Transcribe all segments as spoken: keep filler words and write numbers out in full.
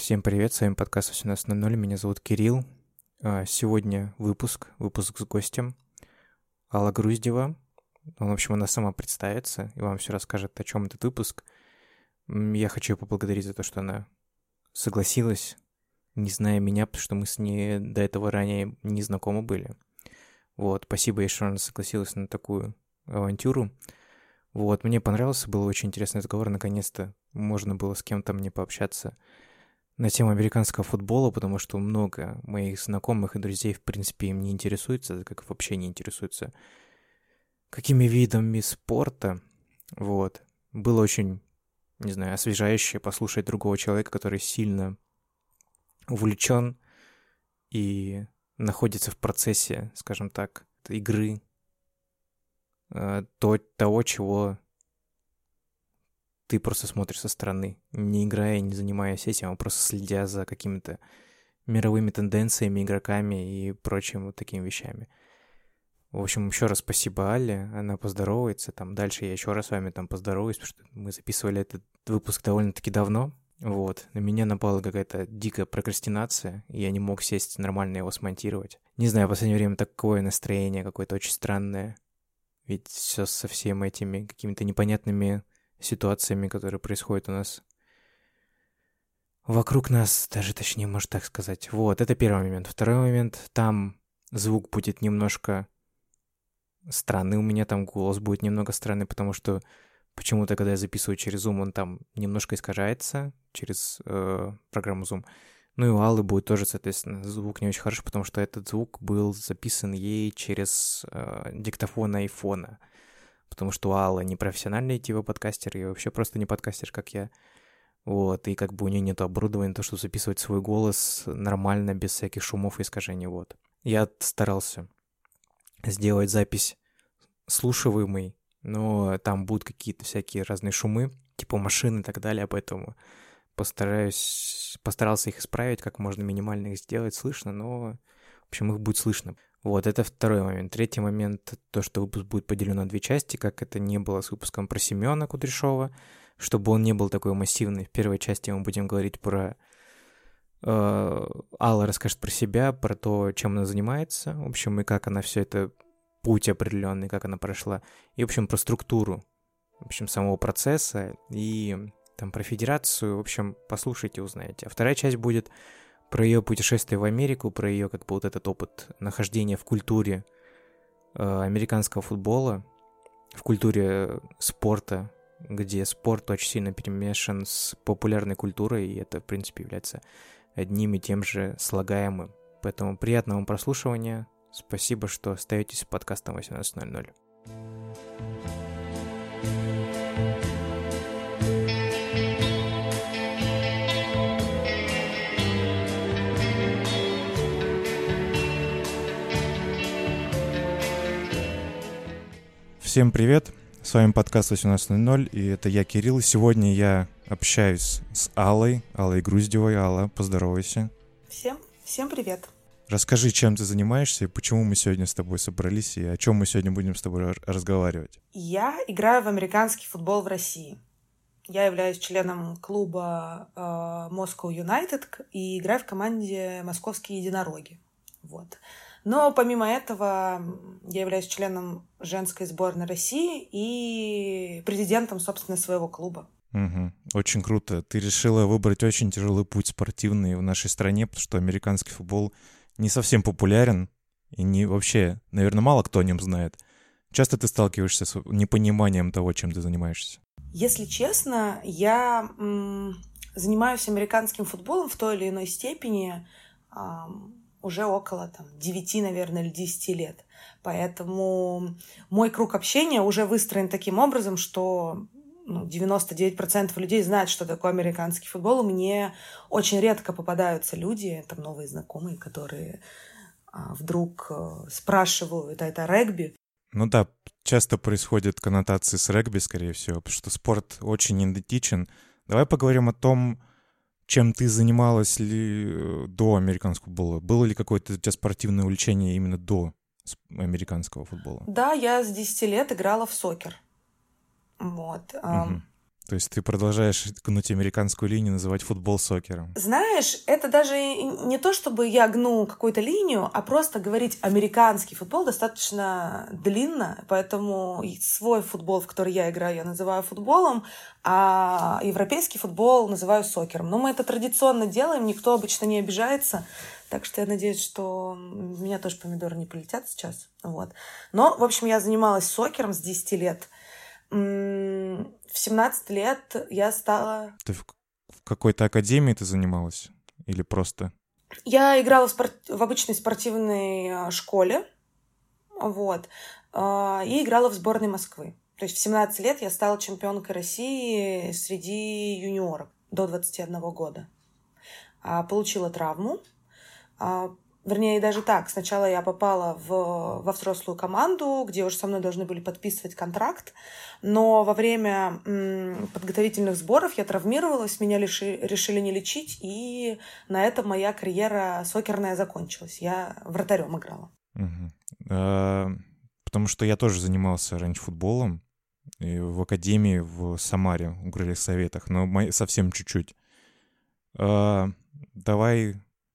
Всем привет, с вами подкаст восемнадцать ноль ноль, меня зовут Кирилл. Сегодня выпуск, выпуск с гостем Алла Груздева. В общем, она сама представится и вам все расскажет, о чем этот выпуск. Я хочу ее поблагодарить за то, что она согласилась, не зная меня, потому что мы с ней до этого ранее не знакомы были. Вот, спасибо ей, что она согласилась на такую авантюру. Вот, мне понравился, был очень интересный разговор, наконец-то можно было с кем-то мне пообщаться на тему американского футбола, потому что много моих знакомых и друзей, в принципе, им не интересуются, как вообще не интересуются какими видами спорта. Вот. Было очень, не знаю, освежающе послушать другого человека, который сильно увлечен и находится в процессе, скажем так, игры, то, того, чего ты просто смотришь со стороны, не играя, не занимаясь этим, а просто следя за какими-то мировыми тенденциями, игроками и прочими вот такими вещами. В общем, еще раз спасибо Алле, она поздоровается, там дальше я еще раз с вами там поздороваюсь, потому что мы записывали этот выпуск довольно-таки давно, вот. На меня напала какая-то дикая прокрастинация, и я не мог сесть нормально его смонтировать. Не знаю, в последнее время такое настроение какое-то очень странное, ведь все со всеми этими какими-то непонятными ситуациями, которые происходят у нас вокруг нас, даже точнее, можно так сказать. Вот, это первый момент. Второй момент, там звук будет немножко странный, у меня там голос будет немного странный, потому что почему-то, когда я записываю через Zoom, он там немножко искажается через э, программу Zoom. Ну и у Аллы будет тоже, соответственно, звук не очень хороший, потому что этот звук был записан ей через э, диктофон айфона. Потому что у Аллы не профессиональный типа подкастер, и вообще просто не подкастер, как я. Вот, и как бы у нее нет оборудования, то, чтобы записывать свой голос нормально, без всяких шумов и искажений, вот. Я старался сделать запись слушаемой, но там будут какие-то всякие разные шумы, типа машины и так далее, поэтому постараюсь, постарался их исправить, как можно минимально их сделать слышно, но, в общем, их будет слышно. Вот, это второй момент. Третий момент, то, что выпуск будет поделен на две части, как это не было с выпуском про Семена Кудряшова, чтобы он не был такой массивный. В первой части мы будем говорить про... Э, Алла расскажет про себя, про то, чем она занимается, в общем, и как она все это, путь определенный, как она прошла, и, в общем, про структуру, в общем, самого процесса, и там про федерацию, в общем, послушайте, узнаете. А вторая часть будет про ее путешествие в Америку, про ее как бы вот этот опыт нахождения в культуре э, американского футбола, в культуре спорта, где спорт очень сильно перемешан с популярной культурой, и это, в принципе, является одним и тем же слагаемым. Поэтому приятного вам прослушивания. Спасибо, что остаетесь с подкастом восемнадцать ноль ноль. Всем привет, с вами подкаст восемнадцать ноль ноль, и это я, Кирилл. Сегодня я общаюсь с Аллой, Аллой Груздевой. Алла, поздоровайся. Всем, всем привет. Расскажи, чем ты занимаешься, и почему мы сегодня с тобой собрались, и о чем мы сегодня будем с тобой разговаривать. Я играю в американский футбол в России. Я являюсь членом клуба э, Moscow United и играю в команде Московские единороги. Вот. Но помимо этого я являюсь членом женской сборной России и президентом, собственно, своего клуба. Угу. Очень круто. Ты решила выбрать очень тяжелый путь спортивный в нашей стране, потому что американский футбол не совсем популярен, и не вообще, наверное, мало кто о нем знает. Часто ты сталкиваешься с непониманием того, чем ты занимаешься? Если честно, я м, занимаюсь американским футболом в той или иной степени м, уже около там, девяти, наверное, или десяти лет. Поэтому мой круг общения уже выстроен таким образом, что ну, девяносто девять процентов людей знают, что такое американский футбол. Мне очень редко попадаются люди, там новые знакомые, которые а, вдруг а, спрашивают, а это регби. Ну да, часто происходят коннотации с регби, скорее всего, потому что спорт очень идентичен. Давай поговорим о том, чем ты занималась ли до американского футбола. Было ли какое-то у тебя спортивное увлечение именно до американского футбола? Да, я с десяти лет играла в сокер. Вот. Угу. То есть ты продолжаешь гнуть американскую линию, называть футбол сокером? Знаешь, это даже не то, чтобы я гну какую-то линию, а просто говорить американский футбол достаточно длинно, поэтому свой футбол, в который я играю, я называю футболом, а европейский футбол называю сокером. Но мы это традиционно делаем, никто обычно не обижается, так что я надеюсь, что у меня тоже помидоры не полетят сейчас. Вот. Но, в общем, я занималась сокером с десяти лет. В семнадцать лет я стала... Ты в, в какой-то академии ты занималась? Или просто... Я играла в, спорт... в обычной спортивной школе, вот, и играла в сборной Москвы. То есть в семнадцать лет я стала чемпионкой России среди юниоров до двадцати одного года. Получила травму. Вернее, даже так. Сначала я попала в, во взрослую команду, где уже со мной должны были подписывать контракт, но во время м, подготовительных сборов я травмировалась, меня лиши, решили не лечить, и на этом моя карьера сокерная закончилась. Я вратарем играла. Угу. А, потому что я тоже занимался раньше футболом и в академии в Самаре, в Крыльях Советах, но совсем чуть-чуть. А, давай...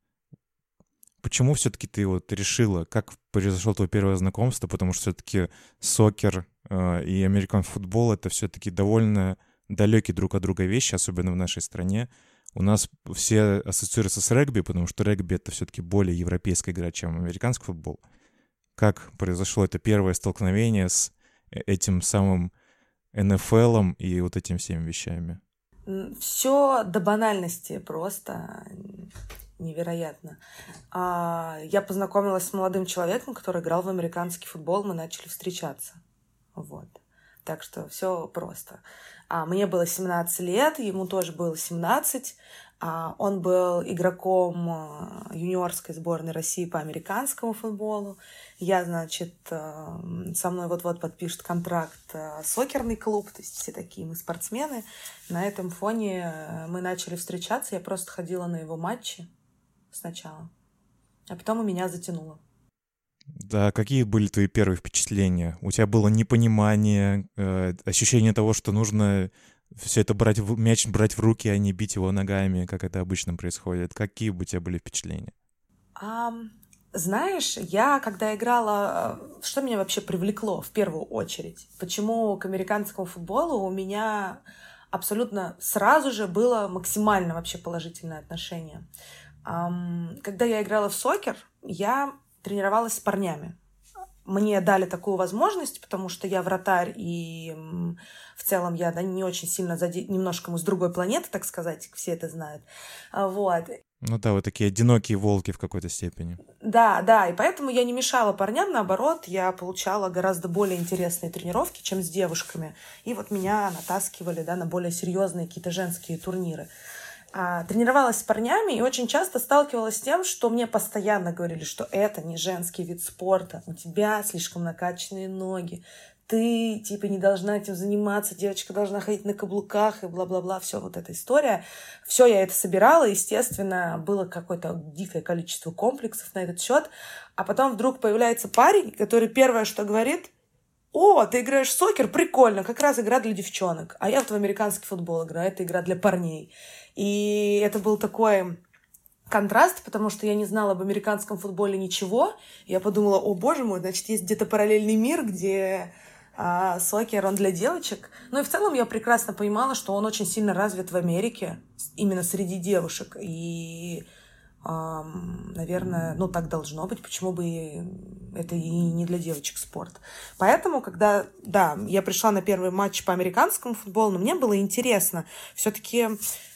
Почему все-таки ты вот решила, как произошло твое первое знакомство? Потому что все-таки сокер э, и американский футбол — это все-таки довольно далекие друг от друга вещи, особенно в нашей стране. У нас все ассоциируются с регби, потому что регби — это все-таки более европейская игра, чем американский футбол. Как произошло это первое столкновение с этим самым эн эф эл и вот этими всеми вещами? Все до банальности просто... Невероятно. Я познакомилась с молодым человеком, который играл в американский футбол, мы начали встречаться. Вот. Так что все просто. Мне было семнадцать лет, ему тоже было семнадцать. Он был игроком юниорской сборной России по американскому футболу. Я, значит, со мной вот-вот подпишет контракт сокерный клуб, то есть все такие мы спортсмены. На этом фоне мы начали встречаться, я просто ходила на его матчи сначала, а потом у меня затянуло. Да, какие были твои первые впечатления? У тебя было непонимание, э, ощущение того, что нужно все это брать, в, мяч брать в руки, а не бить его ногами, как это обычно происходит. Какие бы у тебя были впечатления? А, знаешь, я когда играла, что меня вообще привлекло в первую очередь? Почему к американскому футболу у меня абсолютно сразу же было максимально вообще положительное отношение? Когда я играла в сокер, я тренировалась с парнями. Мне дали такую возможность, потому что я вратарь, и в целом я да, не очень сильно заде... немножко мы с другой планеты, так сказать, все это знают. Вот. Ну да, вы такие одинокие волки в какой-то степени. Да, да, и поэтому я не мешала парням, наоборот, я получала гораздо более интересные тренировки, чем с девушками. И вот меня натаскивали да, на более серьезные какие-то женские турниры. Тренировалась с парнями и очень часто сталкивалась с тем, что мне постоянно говорили, что это не женский вид спорта, у тебя слишком накачанные ноги, ты типа не должна этим заниматься, девочка должна ходить на каблуках и бла-бла-бла, все вот эта история. Все я это собирала, естественно, было какое-то дикое количество комплексов на этот счет, а потом вдруг появляется парень, который первое, что говорит: «О, ты играешь в сокер? Прикольно, как раз игра для девчонок. А я вот в американский футбол играю, это игра для парней». И это был такой контраст, потому что я не знала об американском футболе ничего. Я подумала: о, боже мой, значит, есть где-то параллельный мир, где а, сокер, он для девочек. Ну и в целом я прекрасно понимала, что он очень сильно развит в Америке, именно среди девушек. И... наверное, ну так должно быть, почему бы это и не для девочек спорт. Поэтому, когда, да, я пришла на первый матч по американскому футболу, но мне было интересно. Все-таки,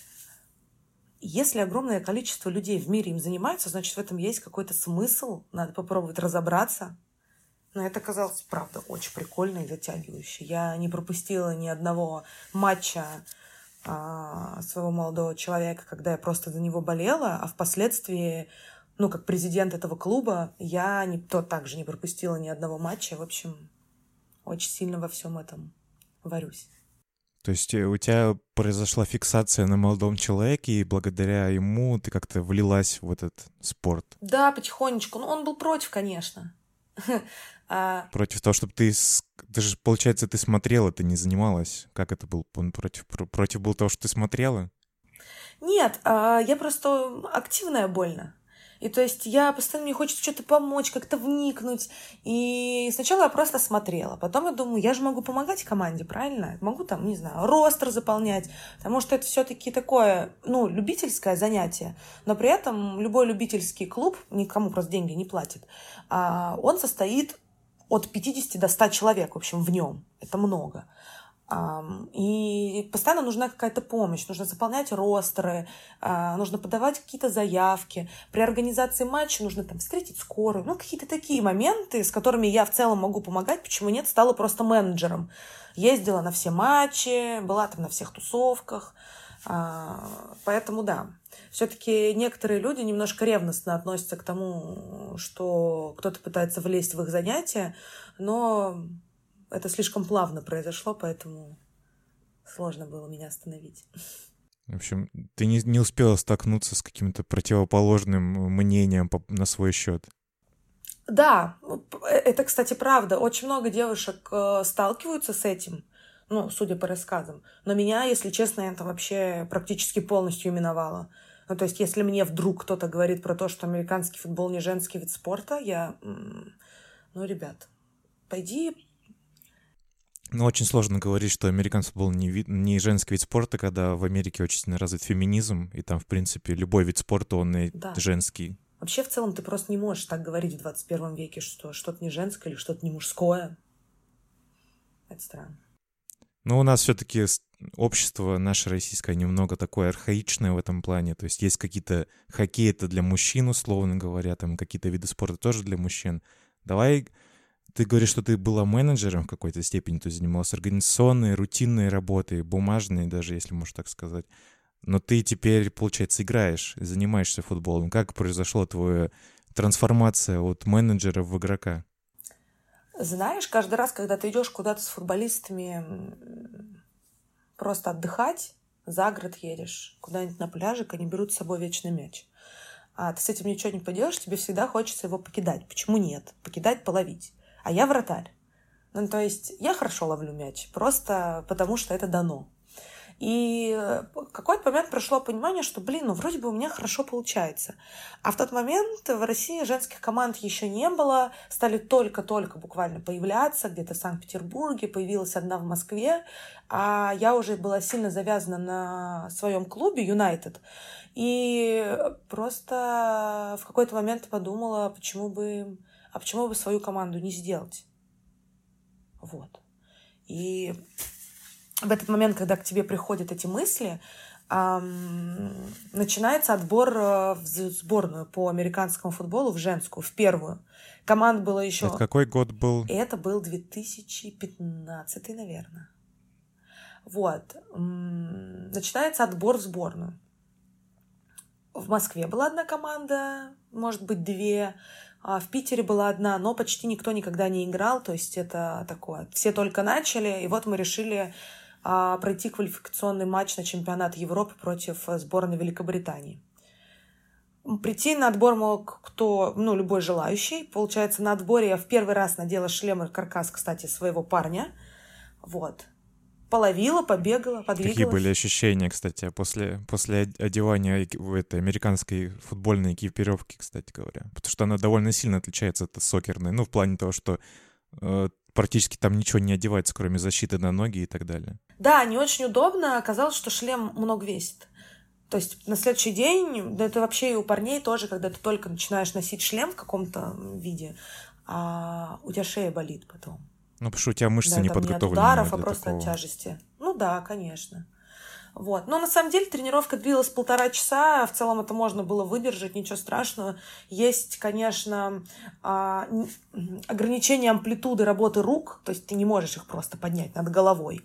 если огромное количество людей в мире им занимаются, значит, в этом есть какой-то смысл, надо попробовать разобраться. Но это казалось, правда, очень прикольно и затягивающе. Я не пропустила ни одного матча своего молодого человека, когда я просто за него болела, а впоследствии, ну, как президент этого клуба, я не, то также не пропустила ни одного матча. В общем, очень сильно во всем этом варюсь. То есть у тебя произошла фиксация на молодом человеке, и благодаря ему ты как-то влилась в этот спорт? Да, потихонечку. Ну, он был против, конечно. Против того, чтобы ты Ты же, получается, ты смотрела, ты не занималась. Как это был? Он против, против был того, что ты смотрела? Нет, а, я просто активная больно. И то есть я постоянно, мне хочется что-то помочь, как-то вникнуть. И сначала я просто смотрела. Потом я думаю, я же могу помогать команде, правильно? Могу там, не знаю, ростер заполнять. Потому что это все-таки такое, ну, любительское занятие. Но при этом любой любительский клуб, никому просто деньги не платит, а он состоит от пятидесяти до ста человек, в общем, в нем. Это много. И постоянно нужна какая-то помощь, нужно заполнять ростеры, нужно подавать какие-то заявки. При организации матча нужно там встретить скорую. Ну, какие-то такие моменты, с которыми я в целом могу помогать. Почему нет? Стала просто менеджером. Ездила на все матчи, была там на всех тусовках. Поэтому да, все-таки некоторые люди немножко ревностно относятся к тому, что кто-то пытается влезть в их занятия, но это слишком плавно произошло, поэтому сложно было меня остановить. В общем, ты не, не успела столкнуться с каким-то противоположным мнением по, на свой счет. Да, это, кстати, правда. Очень много девушек сталкиваются с этим, ну, судя по рассказам. Но меня, если честно, это вообще практически полностью именовало. Ну, то есть, если мне вдруг кто-то говорит про то, что американский футбол не женский вид спорта, я... Ну, ребят, пойди... Ну, очень сложно говорить, что американский футбол не, вид, не женский вид спорта, когда в Америке очень сильно развит феминизм, и там, в принципе, любой вид спорта, он и да. женский. Вообще, в целом, ты просто не можешь так говорить в двадцать первом веке, что что-то не женское или что-то не мужское. Это странно. Ну, у нас все-таки общество наше российское немного такое архаичное в этом плане. То есть есть какие-то... Хоккей — это для мужчин, условно говоря, там какие-то виды спорта тоже для мужчин. Давай... Ты говоришь, что ты была менеджером в какой-то степени, то есть занималась организационной, рутинной работой, бумажной даже, если можно так сказать. Но ты теперь, получается, играешь, занимаешься футболом. Как произошла твоя трансформация от менеджера в игрока? Знаешь, каждый раз, когда ты идешь куда-то с футболистами просто отдыхать, за город едешь, куда-нибудь на пляжик, они берут с собой вечный мяч. А ты с этим ничего не поделаешь, тебе всегда хочется его покидать. Почему нет? Покидать, половить. А я вратарь. Ну, то есть я хорошо ловлю мяч, просто потому что это дано. И в какой-то момент пришло понимание, что, блин, ну вроде бы у меня хорошо получается. А в тот момент в России женских команд еще не было, стали только-только буквально появляться, где-то в Санкт-Петербурге, появилась одна в Москве, а я уже была сильно завязана на своем клубе Юнайтед. И просто в какой-то момент подумала, почему бы, а почему бы свою команду не сделать. Вот. И в этот момент, когда к тебе приходят эти мысли, эм, начинается отбор в сборную по американскому футболу, в женскую, в первую. Команд было еще... Это какой год был? Это был две тысячи пятнадцатый, наверное. Вот. Начинается отбор в сборную. В Москве была одна команда, может быть, две. В Питере была одна, но почти никто никогда не играл. То есть это такое. Все только начали, и вот мы решили а, пройти квалификационный матч на чемпионат Европы против сборной Великобритании. Прийти на отбор мог кто, ну, любой желающий. Получается, на отборе я в первый раз надела шлем и каркас, кстати, своего парня. Вот. Половила, побегала, подвигалась. Какие были ощущения, кстати, после, после одевания в этой американской футбольной экипировки, кстати говоря? Потому что она довольно сильно отличается от сокерной. Ну, в плане того, что э, практически там ничего не одевается, кроме защиты на ноги и так далее. Да, не очень удобно. Оказалось, что шлем много весит. То есть на следующий день, да это вообще и у парней тоже, когда ты только начинаешь носить шлем в каком-то виде, а у тебя шея болит потом. Ну, потому что у тебя мышцы да, не там подготовлены. Не от ударов, а для просто такого. от тяжести. Ну да, конечно. Вот. Но на самом деле тренировка длилась полтора часа. В целом это можно было выдержать, ничего страшного. Есть, конечно, ограничение амплитуды работы рук. То есть ты не можешь их просто поднять над головой.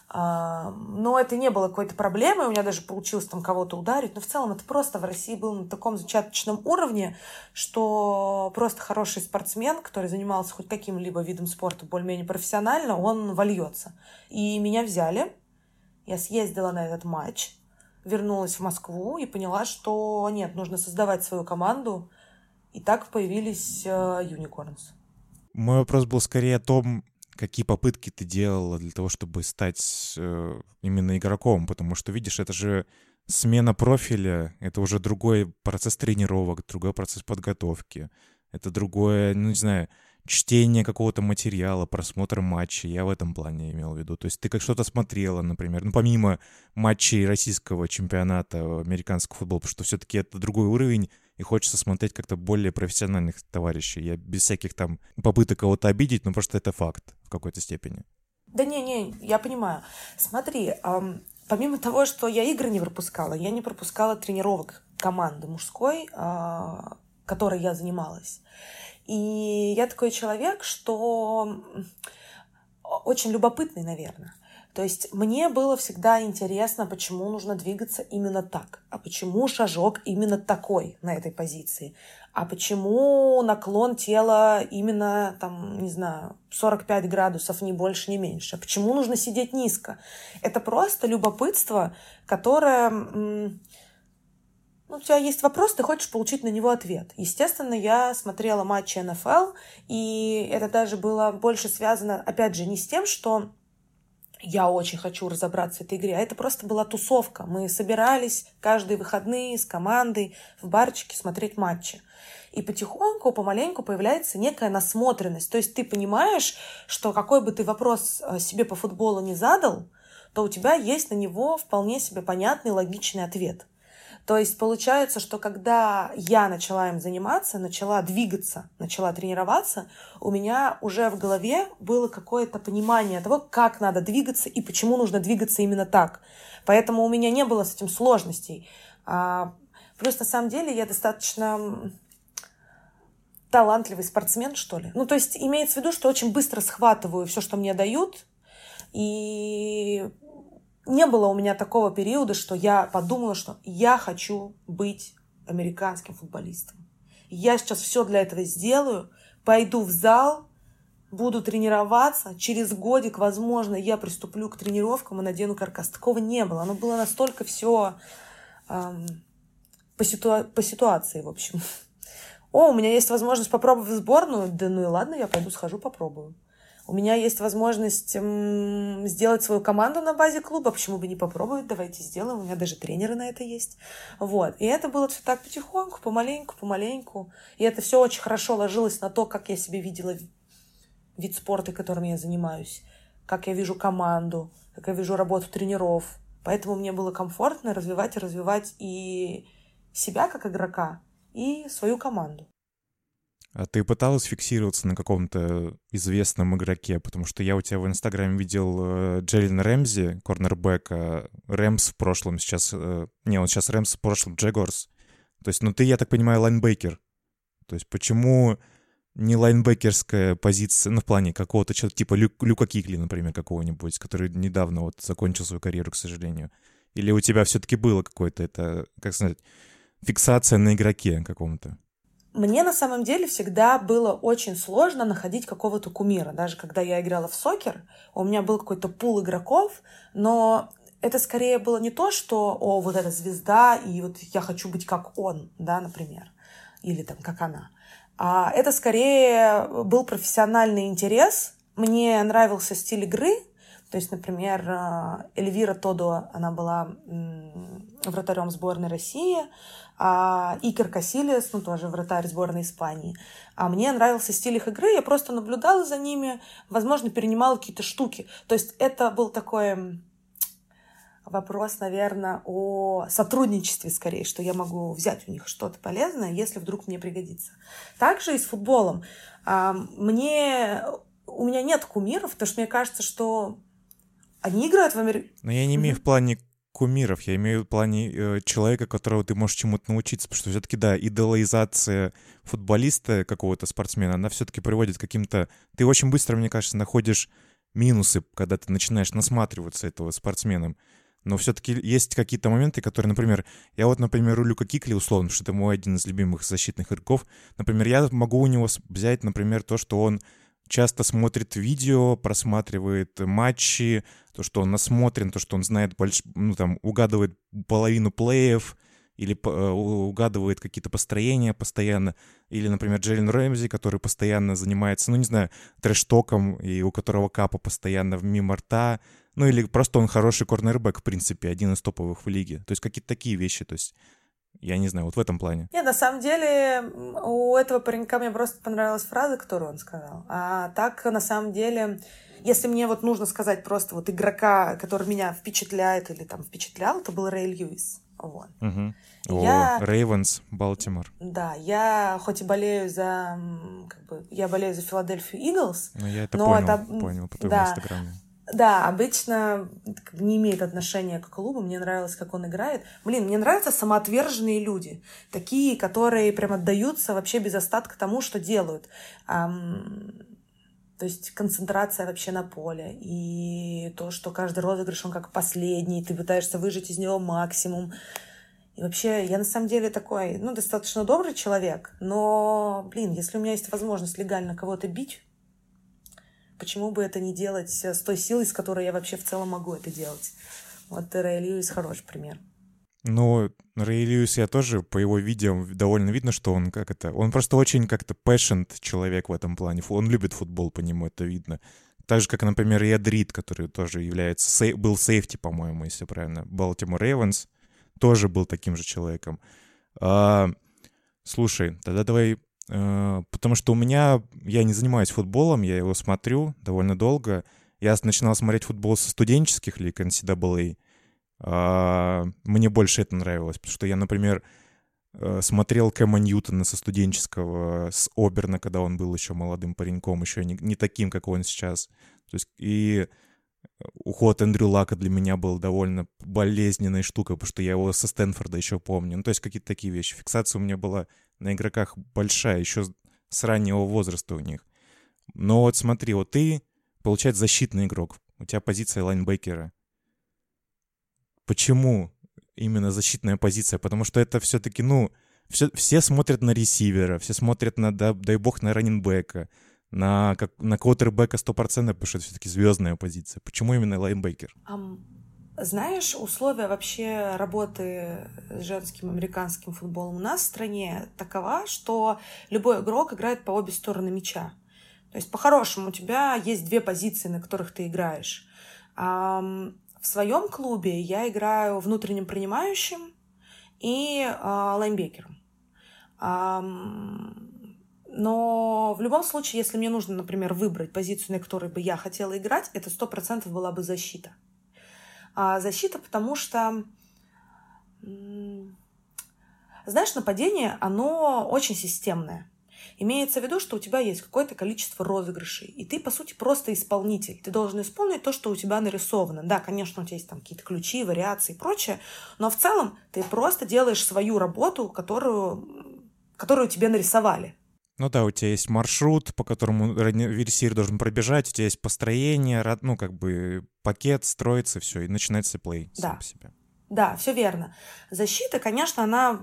Но это не было какой-то проблемой. У меня даже получилось там кого-то ударить. Но в целом это просто в России был на таком зачаточном уровне, что просто хороший спортсмен, который занимался хоть каким-либо видом спорта более-менее профессионально, он вольется. И меня взяли. Я съездила на этот матч, вернулась в Москву и поняла, что нет, нужно создавать свою команду. И так появились Unicorns. Мой вопрос был скорее о том, какие попытки ты делала для того, чтобы стать э, именно игроком? Потому что, видишь, это же смена профиля, это уже другой процесс тренировок, другой процесс подготовки, это другое, ну, не знаю, чтение какого-то материала, просмотр матчей, я в этом плане имел в виду. То есть ты как что-то смотрела, например, ну, помимо матчей российского чемпионата, американского футбола, потому что все-таки это другой уровень, и хочется смотреть как-то более профессиональных товарищей. Я без всяких там попыток кого-то обидеть, но просто это факт в какой-то степени. Да не-не, я понимаю. Смотри, эм, помимо того, что я игры не пропускала, я не пропускала тренировок команды мужской, э, которой я занималась. И я такой человек, что очень любопытный, наверное. То есть мне было всегда интересно, почему нужно двигаться именно так, а почему шажок именно такой на этой позиции, а почему наклон тела именно, там, не знаю, сорок пять градусов, ни больше, ни меньше, а почему нужно сидеть низко. Это просто любопытство, которое... Ну, у тебя есть вопрос, ты хочешь получить на него ответ. Естественно, я смотрела матчи эн эф эл, и это даже было больше связано, опять же, не с тем, что я очень хочу разобраться в этой игре, а это просто была тусовка. Мы собирались каждые выходные с командой в барчике смотреть матчи. И потихоньку, помаленьку появляется некая насмотренность. То есть ты понимаешь, что какой бы ты вопрос себе по футболу не задал, то у тебя есть на него вполне себе понятный, логичный ответ. То есть получается, что когда я начала им заниматься, начала двигаться, начала тренироваться, у меня уже в голове было какое-то понимание того, как надо двигаться и почему нужно двигаться именно так. Поэтому у меня не было с этим сложностей. А, плюс, на самом деле, я достаточно талантливый спортсмен, что ли. Ну, то есть имеется в виду, что очень быстро схватываю все, что мне дают, и... Не было у меня такого периода, что я подумала, что я хочу быть американским футболистом. Я сейчас все для этого сделаю, пойду в зал, буду тренироваться, через годик, возможно, я приступлю к тренировкам и надену каркас. Такого не было. Оно было настолько все эм, по, ситуа- по ситуации, в общем. О, у меня есть возможность попробовать в сборную? Да ну и ладно, я пойду схожу, попробую. У меня есть возможность м, сделать свою команду на базе клуба. Почему бы не попробовать? Давайте сделаем. У меня даже тренеры на это есть. Вот. И это было все так потихоньку, помаленьку, помаленьку. И это все очень хорошо ложилось на то, как я себе видела вид спорта, которым я занимаюсь. Как я вижу команду, как я вижу работу тренеров. Поэтому мне было комфортно развивать и развивать и себя как игрока, и свою команду. А ты пыталась фиксироваться на каком-то известном игроке? Потому что я у тебя в Инстаграме видел э, Джейлена Рэмзи, корнербэка, Рэмс в прошлом, сейчас... Э, не, он сейчас Рэмс в прошлом, Джегорс. То есть, ну ты, я так понимаю, лайнбекер. То есть почему не лайнбекерская позиция, ну в плане какого-то человека, типа Лю, Люка Кикли, например, какого-нибудь, который недавно вот закончил свою карьеру, к сожалению? Или у тебя все-таки было какое-то это, как сказать, фиксация на игроке каком-то? Мне на самом деле всегда было очень сложно находить какого-то кумира. Даже когда я играла в сокер, у меня был какой-то пул игроков, но это скорее было не то, что «О, вот эта звезда, и вот я хочу быть как он», да, например, или там как она. А это скорее был профессиональный интерес. Мне нравился стиль игры. То есть, например, Эльвира Тодо, она была вратарем сборной России, а Икер Касилиас, ну, тоже вратарь сборной Испании. А мне нравился стиль их игры, я просто наблюдала за ними, возможно, перенимала какие-то штуки. То есть это был такой вопрос, наверное, о сотрудничестве скорее, что я могу взять у них что-то полезное, если вдруг мне пригодится. Также и с футболом. Мне... У меня нет кумиров, потому что мне кажется, что они играют в Америке. Но я не имею в плане кумиров, я имею в плане э, человека, которого ты можешь чему-то научиться, потому что все-таки, да, идолизация футболиста, какого-то спортсмена, она все-таки приводит к каким-то... Ты очень быстро, мне кажется, находишь минусы, когда ты начинаешь насматриваться этого спортсменом. Но все-таки есть какие-то моменты, которые, например, я вот, например, у Люка Кикли, условно, потому что это мой один из любимых защитных игроков, например, я могу у него взять, например, то, что он часто смотрит видео, просматривает матчи, то, что он насмотрен, то, что он знает, больш... ну, там, угадывает половину плеев или угадывает какие-то построения постоянно, или, например, Джейлен Рэмзи, который постоянно занимается, ну, не знаю, трэш-током, и у которого капа постоянно мимо рта, ну, или просто он хороший корнербэк, в принципе, один из топовых в лиге. То есть какие-то такие вещи, то есть я не знаю, вот в этом плане. Нет, на самом деле у этого паренька мне просто понравилась фраза, которую он сказал. А так, на самом деле, если мне вот нужно сказать просто вот игрока, который меня впечатляет или там впечатлял, это был Рэй Льюис. Вот. Угу. Я... О, Рейвенс, Балтимор. Да, я хоть и болею за... Как бы, я болею за Филадельфию Иглс. Ну, я это но понял, это... понял по твоему да. инстаграму. Да, обычно не имеет отношения к клубу. Мне нравилось, как он играет. Блин, мне нравятся самоотверженные люди. Такие, которые прям отдаются вообще без остатка тому, что делают. Ам... То есть концентрация вообще на поле. И то, что каждый розыгрыш, он как последний. Ты пытаешься выжать из него максимум. И вообще, я на самом деле такой, ну, достаточно добрый человек. Но, блин, если у меня есть возможность легально кого-то бить, почему бы это не делать с той силой, с которой я вообще в целом могу это делать? Вот Рэй Льюис хороший пример. Ну, Рэй Льюис, я тоже по его видео довольно видно, что он как это... Он просто очень как-то passionate человек в этом плане. Он любит футбол, по нему это видно. Так же, как, например, Эд Рид, который тоже является... Сей, был сейфти, по-моему, если правильно. Балтимор Рейвенс тоже был таким же человеком. А, слушай, тогда давай... Потому что у меня... Я не занимаюсь футболом, я его смотрю довольно долго. Я начинал смотреть футбол со студенческих лиг эн си эй эй. Мне больше это нравилось, потому что я, например, смотрел Кэма Ньютона со студенческого, с Оберна, когда он был еще молодым пареньком, еще не, не таким, как он сейчас. То есть и уход Эндрю Лака для меня был довольно болезненной штукой, потому что я его со Стэнфорда еще помню. Ну, то есть какие-то такие вещи. Фиксация у меня была на игроках большая, еще с раннего возраста у них. Но вот смотри, вот ты, получается, защитный игрок. У тебя позиция лайнбекера. Почему именно защитная позиция? Потому что это все-таки, ну, все, все смотрят на ресивера, все смотрят на, да, дай бог, на раннинбека, на, как, на квотербека сто процентов, потому что это все-таки звездная позиция. Почему именно лайнбекер? Um, знаешь, условия вообще работы с женским американским футболом у нас в стране такова, что любой игрок играет по обе стороны мяча. То есть, по-хорошему, у тебя есть две позиции, на которых ты играешь. Um, В своем клубе я играю внутренним принимающим и э, лайнбекером. Um, но в любом случае, если мне нужно, например, выбрать позицию, на которой бы я хотела играть, это сто процентов была бы защита. А защита, потому что, м- знаешь, нападение, оно очень системное. Имеется в виду, что у тебя есть какое-то количество розыгрышей, и ты, по сути, просто исполнитель. Ты должен исполнить то, что у тебя нарисовано. Да, конечно, у тебя есть там какие-то ключи, вариации и прочее, но в целом ты просто делаешь свою работу, которую, которую тебе нарисовали. Ну да, у тебя есть маршрут, по которому ресивер должен пробежать, у тебя есть построение, ну как бы пакет, строится все, и начинается плей сам да. по себе. Да, все верно. Защита, конечно, она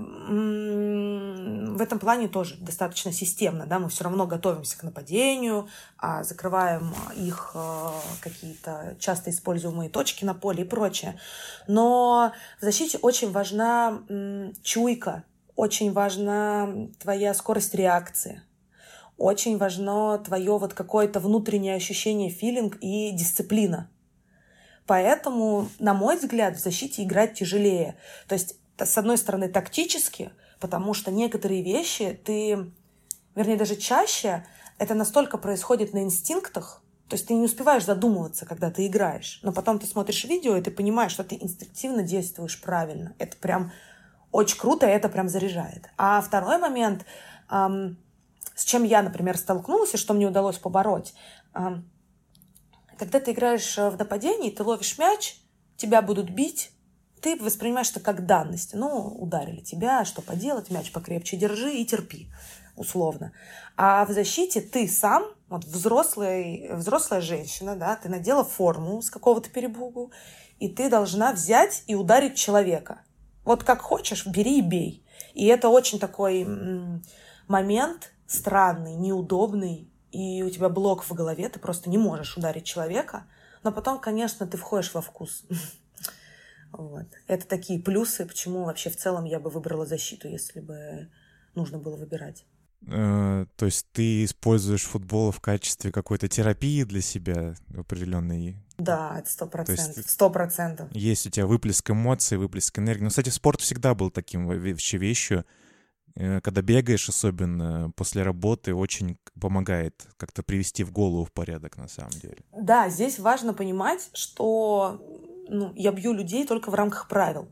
в этом плане тоже достаточно системна. Да? Мы все равно готовимся к нападению, закрываем их какие-то часто используемые точки на поле и прочее. Но в защите очень важна чуйка, очень важна твоя скорость реакции, очень важно твое вот какое-то внутреннее ощущение, филинг и дисциплина. Поэтому, на мой взгляд, в защите играть тяжелее. То есть, с одной стороны, тактически, потому что некоторые вещи ты, вернее, даже чаще, это настолько происходит на инстинктах, то есть ты не успеваешь задумываться, когда ты играешь, но потом ты смотришь видео, и ты понимаешь, что ты инстинктивно действуешь правильно. Это прям очень круто, и это прям заряжает. А второй момент, эм, с чем я, например, столкнулась, и что мне удалось побороть, эм, когда ты играешь в нападении, ты ловишь мяч, тебя будут бить, ты воспринимаешь это как данность. Ну, ударили тебя, что поделать, мяч покрепче держи и терпи, условно. А в защите ты сам, вот взрослый, взрослая женщина, да, ты надела форму с какого-то перепугу, и ты должна взять и ударить человека. Вот как хочешь, бери и бей. И это очень такой м- момент странный, неудобный, и у тебя блок в голове, ты просто не можешь ударить человека, но потом, конечно, ты входишь во вкус. Вот. Это такие плюсы, почему вообще в целом я бы выбрала защиту, если бы нужно было выбирать. Э, то есть ты используешь футбол в качестве какой-то терапии для себя определенной? Да, это сто процентов. есть Сто процентов. Есть у тебя выплеск эмоций, выплеск энергии. Ну, кстати, спорт всегда был таким вообще вещью. Э, Когда бегаешь, особенно после работы, очень помогает как-то привести в голову в порядок, на самом деле. Да, здесь важно понимать, что ну, я бью людей только в рамках правил.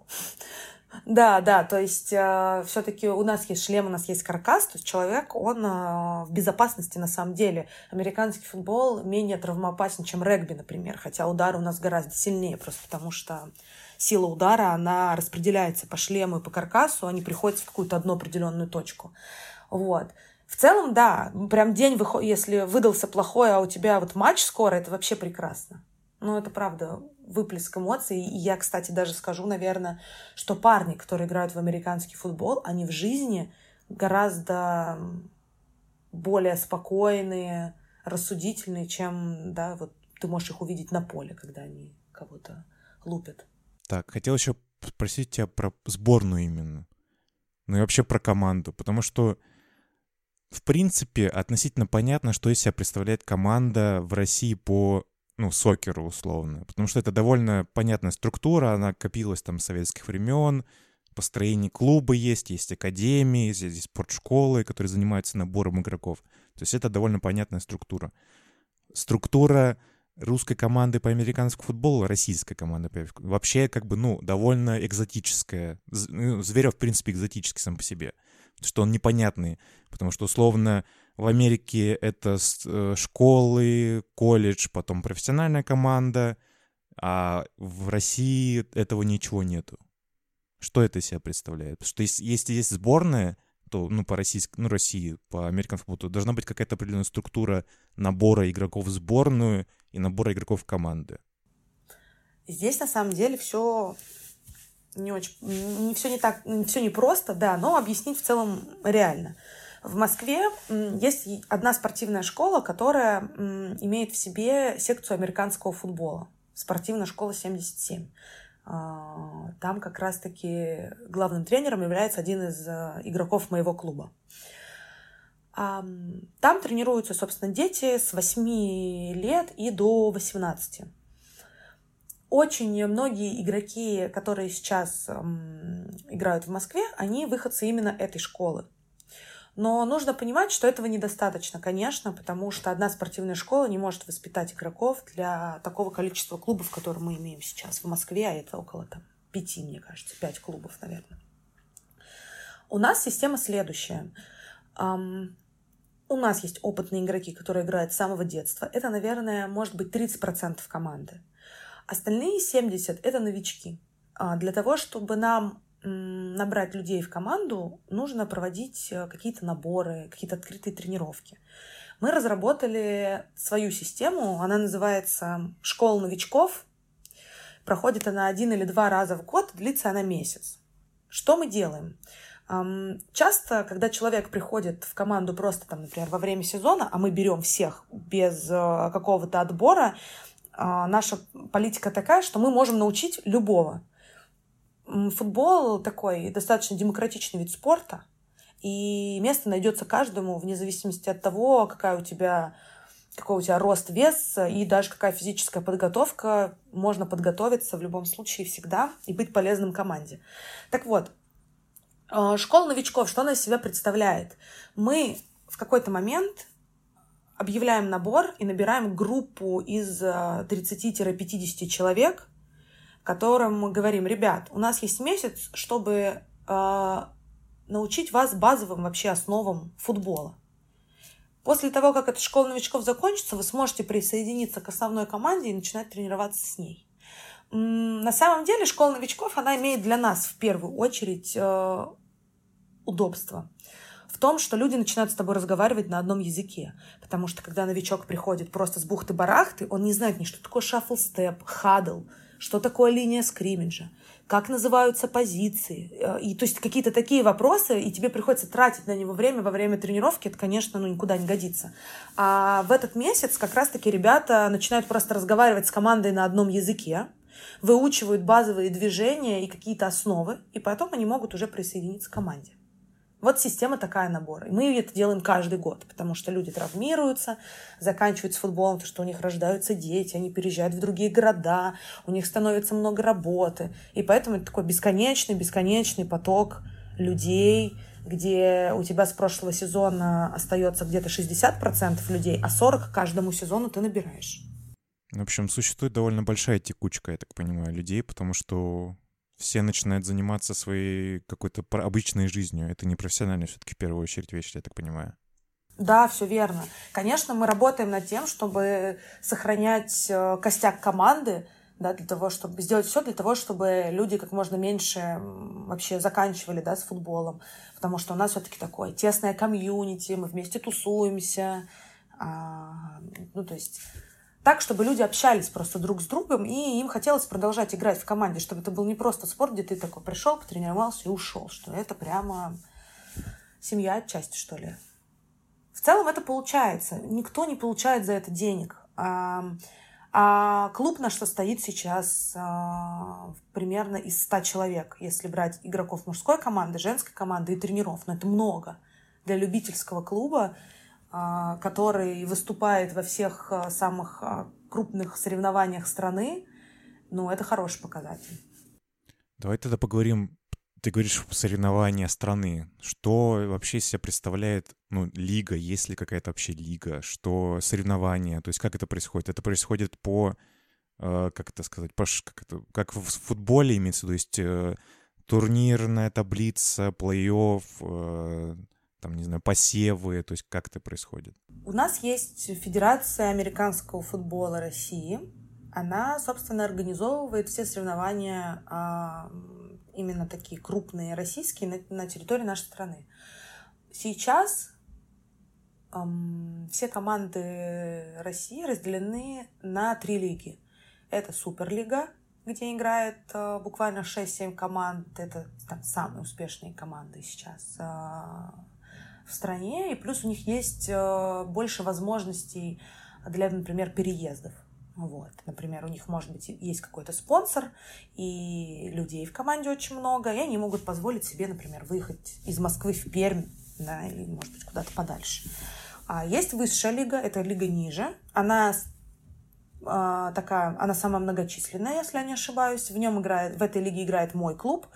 Да, да, то есть э, все-таки у нас есть шлем, у нас есть каркас, то есть человек, он э, в безопасности на самом деле. Американский футбол менее травмоопасен, чем регби, например, хотя удары у нас гораздо сильнее, просто потому что сила удара, она распределяется по шлему и по каркасу, они приходят в какую-то одну определенную точку. Вот. В целом, да, прям день, выход... если выдался плохой, а у тебя вот матч скоро, это вообще прекрасно. Ну, это правда выплеск эмоций. И я, кстати, даже скажу, наверное, что парни, которые играют в американский футбол, они в жизни гораздо более спокойные, рассудительные, чем, да, вот ты можешь их увидеть на поле, когда они кого-то лупят. Так, хотел еще спросить тебя про сборную именно. Ну и вообще про команду, потому что в принципе относительно понятно, что из себя представляет команда в России по ну, сокеру условно, потому что это довольно понятная структура, она копилась там с советских времен, построение клуба есть, есть академии, есть, есть спортшколы, которые занимаются набором игроков. То есть это довольно понятная структура. Структура русской команды по американскому футболу, российской команды по вообще как бы, ну, довольно экзотическая. Зверев, в принципе, экзотический сам по себе, потому что он непонятный, потому что условно в Америке это школы, колледж, потом профессиональная команда, а в России этого ничего нету. Что это из себя представляет? Потому что если, если есть сборная, то ну, по российской, ну, России, по американскому футболу, должна быть какая-то определенная структура набора игроков в сборную и набора игроков в команды. Здесь на самом деле все не очень, не все не так, все не просто, да, но объяснить в целом реально. В Москве есть одна спортивная школа, которая имеет в себе секцию американского футбола. Спортивная школа семьдесят семь. Там как раз-таки главным тренером является один из игроков моего клуба. Там тренируются, собственно, дети с восьми лет и до восемнадцати. Очень многие игроки, которые сейчас играют в Москве, они выходцы именно этой школы. Но нужно понимать, что этого недостаточно, конечно, потому что одна спортивная школа не может воспитать игроков для такого количества клубов, которые мы имеем сейчас в Москве, а это около там, пяти, мне кажется, пять клубов, наверное. У нас система следующая. Um, у нас есть опытные игроки, которые играют с самого детства. Это, наверное, может быть тридцать процентов команды. Остальные семьдесят процентов — это новички. Uh, для того, чтобы нам набрать людей в команду, нужно проводить какие-то наборы, какие-то открытые тренировки. Мы разработали свою систему, она называется «Школа новичков». Проходит она один или два раза в год, длится она месяц. Что мы делаем? Часто, когда человек приходит в команду просто, там, например, во время сезона, а мы берем всех без какого-то отбора, наша политика такая, что мы можем научить любого. Футбол такой достаточно демократичный вид спорта, и место найдется каждому вне зависимости от того, какая у тебя, какой у тебя рост, вес и даже какая физическая подготовка. Можно подготовиться в любом случае всегда и быть полезным команде. Так вот, школа новичков, что она из себя представляет? Мы в какой-то момент объявляем набор и набираем группу из тридцати-пятидесяти человек, которым мы говорим: ребят, у нас есть месяц, чтобы э, научить вас базовым вообще основам футбола. После того, как эта школа новичков закончится, вы сможете присоединиться к основной команде и начинать тренироваться с ней. М-м, на самом деле школа новичков, она имеет для нас в первую очередь э, удобство в том, что люди начинают с тобой разговаривать на одном языке. Потому что когда новичок приходит просто с бухты-барахты, он не знает ни что такое шаффл-степ, хадл, что такое линия скриммиджа, как называются позиции. И, то есть какие-то такие вопросы, и тебе приходится тратить на него время во время тренировки, это, конечно, ну, никуда не годится. А в этот месяц как раз-таки ребята начинают просто разговаривать с командой на одном языке. выучивают базовые движения и какие-то основы, и потом они могут уже присоединиться к команде. Вот система такая набора. И мы это делаем каждый год, потому что люди травмируются, заканчивают с футболом, потому что у них рождаются дети, они переезжают в другие города, у них становится много работы. И поэтому это такой бесконечный-бесконечный поток людей, где у тебя с прошлого сезона остается где-то шестьдесят процентов людей, а сорок процентов каждому сезону ты набираешь. В общем, существует довольно большая текучка, я так понимаю, людей, потому что все начинают заниматься своей какой-то обычной жизнью. Это не профессиональная все-таки в первую очередь вещь, я так понимаю. Да, все верно. Конечно, мы работаем над тем, чтобы сохранять костяк команды, да, для того, чтобы сделать все для того, чтобы люди как можно меньше вообще заканчивали, да, с футболом. Потому что у нас все-таки такое тесное комьюнити, мы вместе тусуемся. А, ну, то есть так, чтобы люди общались просто друг с другом, и им хотелось продолжать играть в команде, чтобы это был не просто спорт, где ты такой пришел, потренировался и ушел, что это прямо семья отчасти, что ли. В целом это получается. Никто не получает за это денег. А, а клуб наш состоит сейчас а, примерно из ста человек, если брать игроков мужской команды, женской команды и тренеров. Но это много для любительского клуба, который выступает во всех самых крупных соревнованиях страны, ну, это хороший показатель. Давай тогда поговорим, ты говоришь, соревнования страны. Что вообще из себя представляет, ну, лига, есть ли какая-то вообще лига, что соревнования, то есть как это происходит? Это происходит по, как это сказать, по, как, это, как в футболе имеется в виду, то есть турнирная таблица, плей-офф, там, не знаю, посевы, то есть как это происходит? У нас есть Федерация американского футбола России. Она, собственно, организовывает все соревнования, а, именно такие крупные российские, на, на территории нашей страны. Сейчас ам, все команды России разделены на три лиги. Это Суперлига, где играет а, буквально шесть-семь команд. Это там самые успешные команды сейчас а, в стране, и плюс у них есть э, больше возможностей для, например, переездов. Вот. Например, у них, может быть, есть какой-то спонсор, и людей в команде очень много, и они могут позволить себе, например, выехать из Москвы в Пермь, да, или, может быть, куда-то подальше. А есть высшая лига, это лига ниже. Она э, такая, она самая многочисленная, если я не ошибаюсь. В нем играет, в этой лиге играет мой клуб.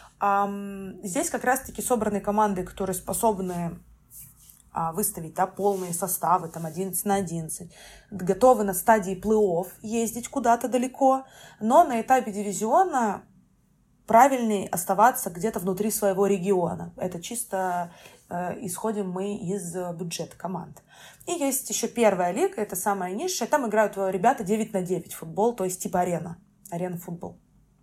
Здесь как раз-таки собраны команды, которые способны выставить, да, полные составы, там одиннадцать на одиннадцать, готовы на стадии плей-офф ездить куда-то далеко, но на этапе дивизиона правильнее оставаться где-то внутри своего региона. Это чисто э, исходим мы из бюджета команд. И есть еще первая лига, это самая низшая, там играют ребята девять на девять футбол, то есть типа арена, арена-футбол.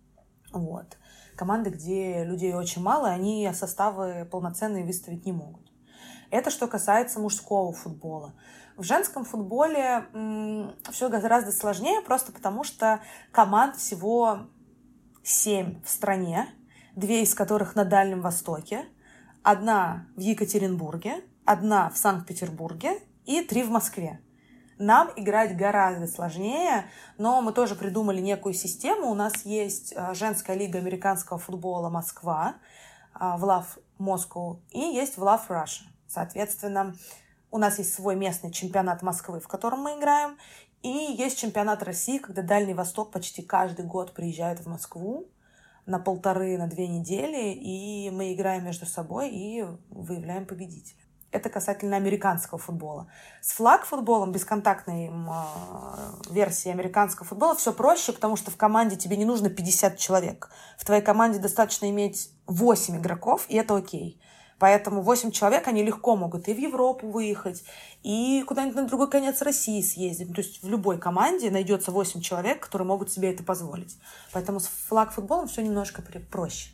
Вот. Команды, где людей очень мало, они составы полноценные выставить не могут. Это что касается мужского футбола. В женском футболе м- все гораздо сложнее, просто потому что команд всего семь в стране, две из которых на Дальнем Востоке, одна в Екатеринбурге, одна в Санкт-Петербурге и три в Москве. Нам играть гораздо сложнее, но мы тоже придумали некую систему. У нас есть женская лига американского футбола «Москва», в Love Moscow, и есть в Love Russia. Соответственно, у нас есть свой местный чемпионат Москвы, в котором мы играем, и есть чемпионат России, когда Дальний Восток почти каждый год приезжает в Москву на полторы, на две недели, и мы играем между собой и выявляем победителя. Это касательно американского футбола. С флаг-футболом, бесконтактной э, версией американского футбола, все проще, потому что в команде тебе не нужно пятьдесят человек. В твоей команде достаточно иметь восемь игроков, и это окей. Поэтому восемь человек, они легко могут и в Европу выехать, и куда-нибудь на другой конец России съездить. То есть в любой команде найдется восемь человек, которые могут себе это позволить. Поэтому с флаг-футболом все немножко проще.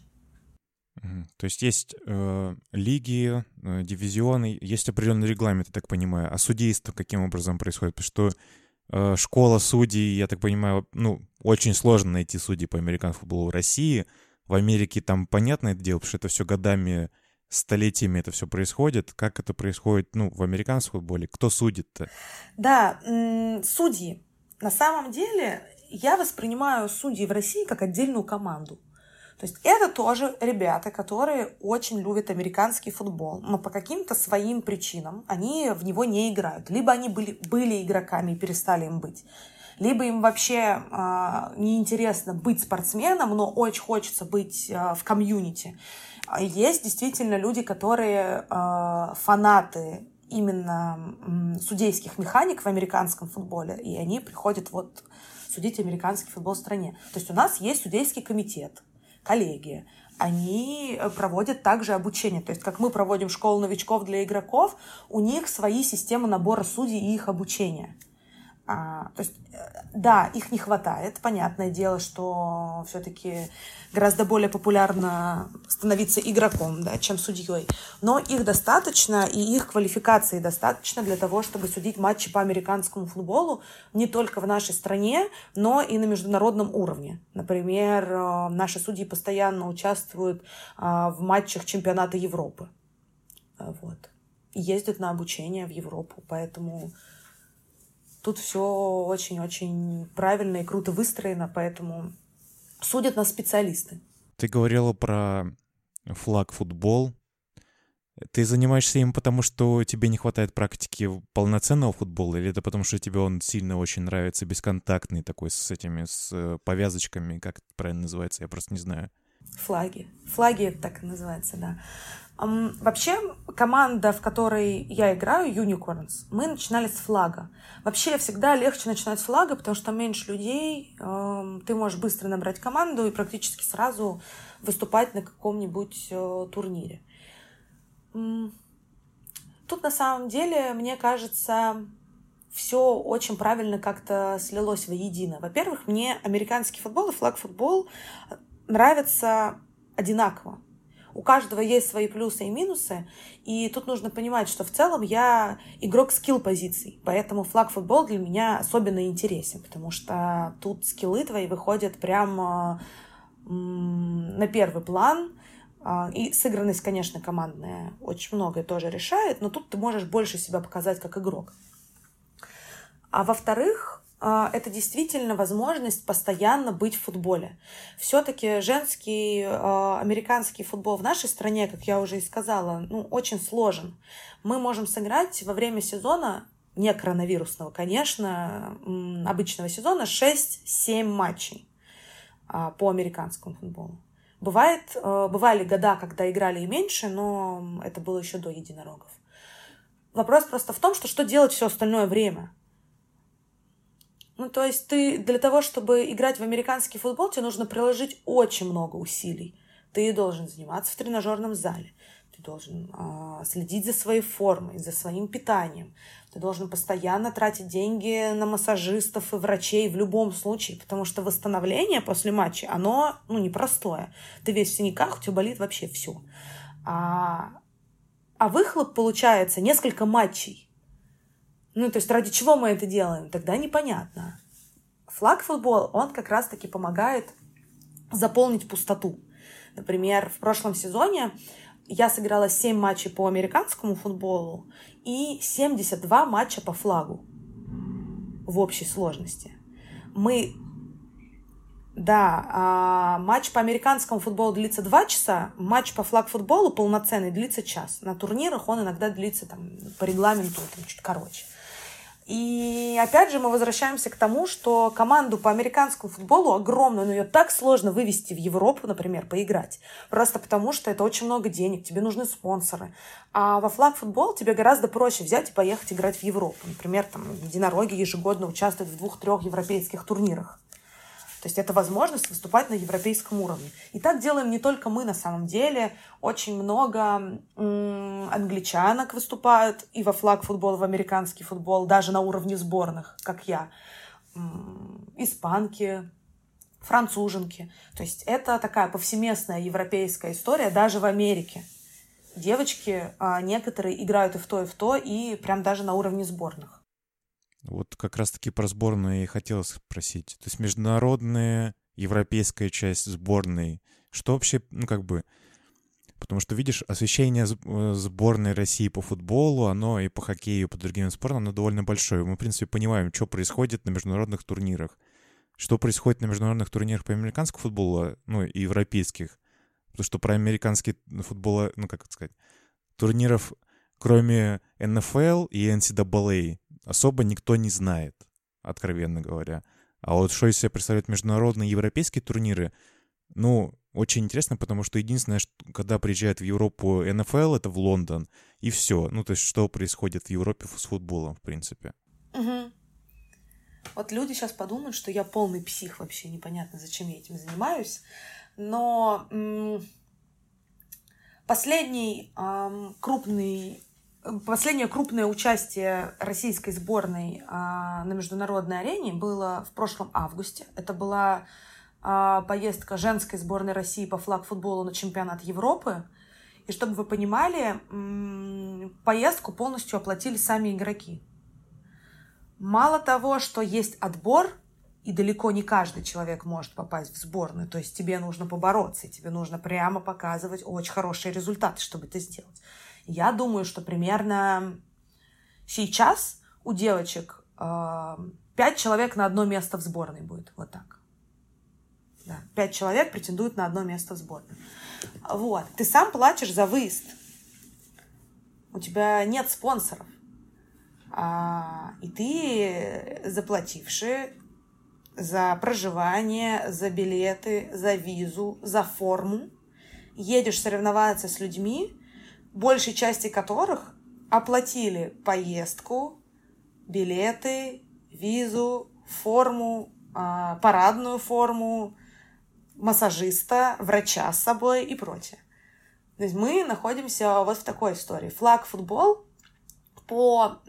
То есть есть э, лиги, э, дивизионы, есть определенный регламент, я так понимаю. А судейство каким образом происходит? Потому что э, школа судей, я так понимаю, ну, очень сложно найти судей по американскому футболу в России. В Америке там понятное дело, потому что это все годами, столетиями это все происходит. Как это происходит, ну, в американском футболе? Кто судит-то? Да, м- судьи. На самом деле я воспринимаю судей в России как отдельную команду. То есть это тоже ребята, которые очень любят американский футбол, но по каким-то своим причинам они в него не играют. Либо они были, были игроками и перестали им быть, либо им вообще э, неинтересно быть спортсменом, но очень хочется быть э, в комьюнити. Есть действительно люди, которые э, фанаты именно э, судейских механик в американском футболе, и они приходят вот судить американский футбол в стране. То есть у нас есть судейский комитет, коллеги, они проводят также обучение. То есть, как мы проводим школу новичков для игроков, у них свои системы набора судей и их обучения. А, то есть, да, их не хватает. Понятное дело, что все-таки гораздо более популярно становиться игроком, да, чем судьей. Но их достаточно, и их квалификации достаточно для того, чтобы судить матчи по американскому футболу не только в нашей стране, но и на международном уровне. Например, наши судьи постоянно участвуют в матчах чемпионата Европы. Вот. И ездят на обучение в Европу, поэтому... Тут все очень-очень правильно и круто выстроено, поэтому судят нас специалисты. Ты говорила про флаг-футбол. Ты занимаешься им потому, что тебе не хватает практики полноценного футбола, или это потому, что тебе он сильно очень нравится, бесконтактный такой, с этими, с повязочками, как это правильно называется, я просто не знаю. Флаги. Флаги это так и называется, да. Um, вообще, команда, в которой я играю, Unicorns, мы начинали с флага. Вообще, всегда легче начинать с флага, потому что там меньше людей, um, ты можешь быстро набрать команду и практически сразу выступать на каком-нибудь uh, турнире. Um, тут, на самом деле, мне кажется, все очень правильно как-то слилось воедино. Во-первых, мне американский футбол и флаг-футбол нравятся одинаково. У каждого есть свои плюсы и минусы, и тут нужно понимать, что в целом я игрок скилл-позиций, поэтому флаг-футбол для меня особенно интересен, потому что тут скиллы твои выходят прямо на первый план, и сыгранность, конечно, командная очень многое тоже решает, но тут ты можешь больше себя показать как игрок. А во-вторых, это действительно возможность постоянно быть в футболе. Все-таки женский э, американский футбол в нашей стране, как я уже и сказала, ну, очень сложен. Мы можем сыграть во время сезона, не коронавирусного, конечно, м, обычного сезона, шесть-семь матчей э, по американскому футболу. Бывает, э, бывали года, когда играли и меньше, но это было еще до единорогов. Вопрос просто в том, что что делать все остальное время. Ну, то есть ты для того, чтобы играть в американский футбол, тебе нужно приложить очень много усилий. Ты должен заниматься в тренажерном зале, ты должен э, следить за своей формой, за своим питанием, ты должен постоянно тратить деньги на массажистов и врачей в любом случае, потому что восстановление после матча, оно, ну, непростое. Ты весь в синяках, у тебя болит вообще все. А, а выхлоп получается несколько матчей. Ну, то есть ради чего мы это делаем? Тогда непонятно. Флаг-футбол, он как раз-таки помогает заполнить пустоту. Например, в прошлом сезоне я сыграла семь матчей по американскому футболу и семьдесят два матча по флагу в общей сложности. Мы... Да, а матч по американскому футболу длится два часа, матч по флаг-футболу полноценный длится час. На турнирах он иногда длится там, по регламенту там, чуть короче. И опять же мы возвращаемся к тому, что команду по американскому футболу огромную, но ее так сложно вывести в Европу, например, поиграть. Просто потому, что это очень много денег, тебе нужны спонсоры. А во флаг-футбол тебе гораздо проще взять и поехать играть в Европу. Например, там единороги ежегодно участвуют в двух-трех европейских турнирах. То есть это возможность выступать на европейском уровне. И так делаем не только мы на самом деле. Очень много м- англичанок выступают и во флаг-футбол, и в американский футбол, даже на уровне сборных, как я. М- испанки, француженки. То есть это такая повсеместная европейская история даже в Америке. Девочки а, некоторые играют и в то, и в то, и прям даже на уровне сборных. Вот как раз-таки про сборную я и хотел спросить. То есть международная, европейская часть сборной. Что вообще, ну как бы... Потому что, видишь, освещение сборной России по футболу, оно и по хоккею, и по другим спортам, оно довольно большое. Мы, в принципе, понимаем, что происходит на международных турнирах. что происходит на международных турнирах по американскому футболу, ну, и европейских. Потому что про американский футбол, ну, как это сказать, турниров, кроме эн эф эл и эн си эй эй, особо никто не знает, откровенно говоря. А вот что из себя представляют международные европейские турниры, ну, очень интересно, потому что единственное, что, когда приезжает в Европу эн эф эл, это в Лондон, и все. Ну, то есть, что происходит в Европе с футболом, в принципе. Угу. Вот люди сейчас подумают, что я полный псих вообще, непонятно, зачем я этим занимаюсь. Но м- последний м- крупный, последнее крупное участие российской сборной а, на международной арене было в прошлом августе. Это была а, поездка женской сборной России по флаг-футболу на чемпионат Европы. И чтобы вы понимали, м- поездку полностью оплатили сами игроки. Мало того, что есть отбор, и далеко не каждый человек может попасть в сборную, то есть тебе нужно побороться, и тебе нужно прямо показывать очень хорошие результаты, чтобы это сделать. Я думаю, что примерно сейчас у девочек э, пять человек на одно место в сборной будет. Вот так. Да, пять человек претендуют на одно место в сборной. Вот. Ты сам платишь за выезд. У тебя нет спонсоров. А, и ты, заплативший за проживание, за билеты, за визу, за форму, едешь соревноваться с людьми, большей части которых оплатили поездку, билеты, визу, форму, а, парадную форму, массажиста, врача с собой и прочее. То есть мы находимся вот в такой истории. Флаг-футбол по,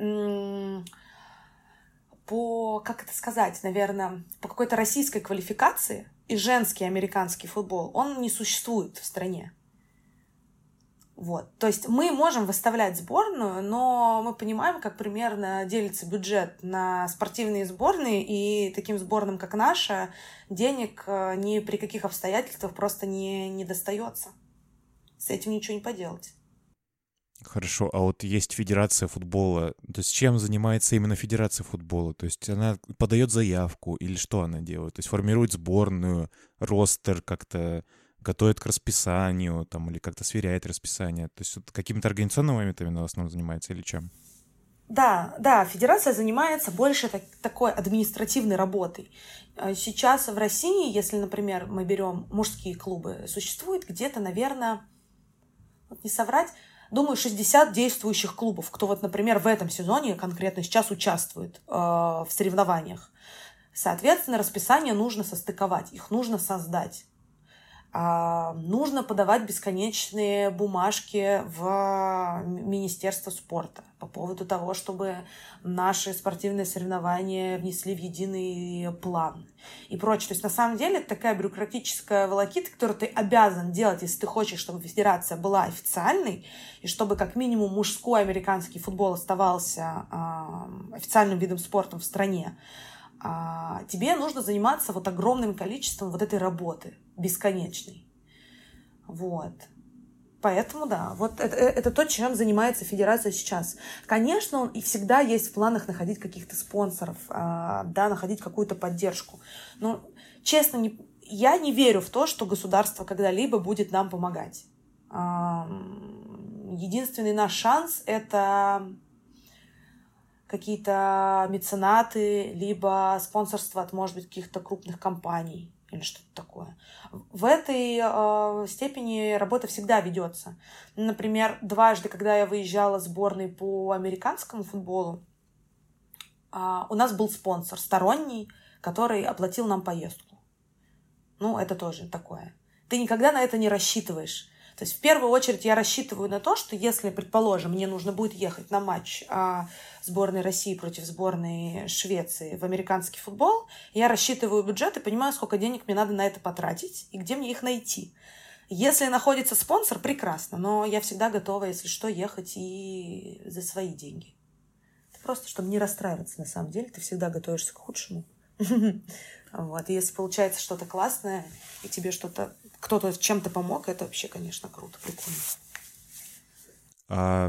по, как это сказать, наверное, по какой-то российской квалификации и женский американский футбол, он не существует в стране. Вот. То есть мы можем выставлять сборную, но мы понимаем, как примерно делится бюджет на спортивные сборные, и таким сборным, как наша, денег ни при каких обстоятельствах просто не, не достается. С этим ничего не поделать. Хорошо, а вот есть федерация футбола, то есть чем занимается именно федерация футбола? То есть она подает заявку или что она делает? То есть формирует сборную, ростер как-то, готовит к расписанию там, или как-то сверяет расписание? То есть вот какими-то организационными моментами она в основном занимается или чем? Да, да, федерация занимается больше так, такой административной работой. Сейчас в России, если, например, мы берем мужские клубы, существует где-то, наверное, вот не соврать, думаю, шестьдесят действующих клубов, кто вот, например, в этом сезоне конкретно сейчас участвует э, в соревнованиях. Соответственно, расписание нужно состыковать, их нужно создать. А, нужно подавать бесконечные бумажки в Министерство спорта по поводу того, чтобы наши спортивные соревнования внесли в единый план и прочее. То есть, на самом деле, это такая бюрократическая волокита, которую ты обязан делать, если ты хочешь, чтобы федерация была официальной, и чтобы как минимум мужской американский футбол оставался э, официальным видом спорта в стране. А тебе нужно заниматься вот огромным количеством вот этой работы, бесконечной. Вот. Поэтому, да, вот это, это то, чем занимается федерация сейчас. Конечно, он и всегда есть в планах находить каких-то спонсоров, да, находить какую-то поддержку. Но, честно, не, я не верю в то, что государство когда-либо будет нам помогать. Единственный наш шанс — это какие-то меценаты, либо спонсорство от, может быть, каких-то крупных компаний или что-то такое. В этой э, степени работа всегда ведется. Например, дважды, когда я выезжала сборной по американскому футболу, э, у нас был спонсор сторонний, который оплатил нам поездку. Ну, это тоже такое. Ты никогда на это не рассчитываешь. То есть в первую очередь я рассчитываю на то, что если, предположим, мне нужно будет ехать на матч а, сборной России против сборной Швеции в американский футбол, я рассчитываю бюджет и понимаю, сколько денег мне надо на это потратить и где мне их найти. Если находится спонсор, прекрасно, но я всегда готова, если что, ехать и за свои деньги. Это просто, чтобы не расстраиваться, на самом деле, ты всегда готовишься к худшему. Вот. И если получается что-то классное, и тебе что-то, кто-то чем-то помог, это вообще, конечно, круто, прикольно. А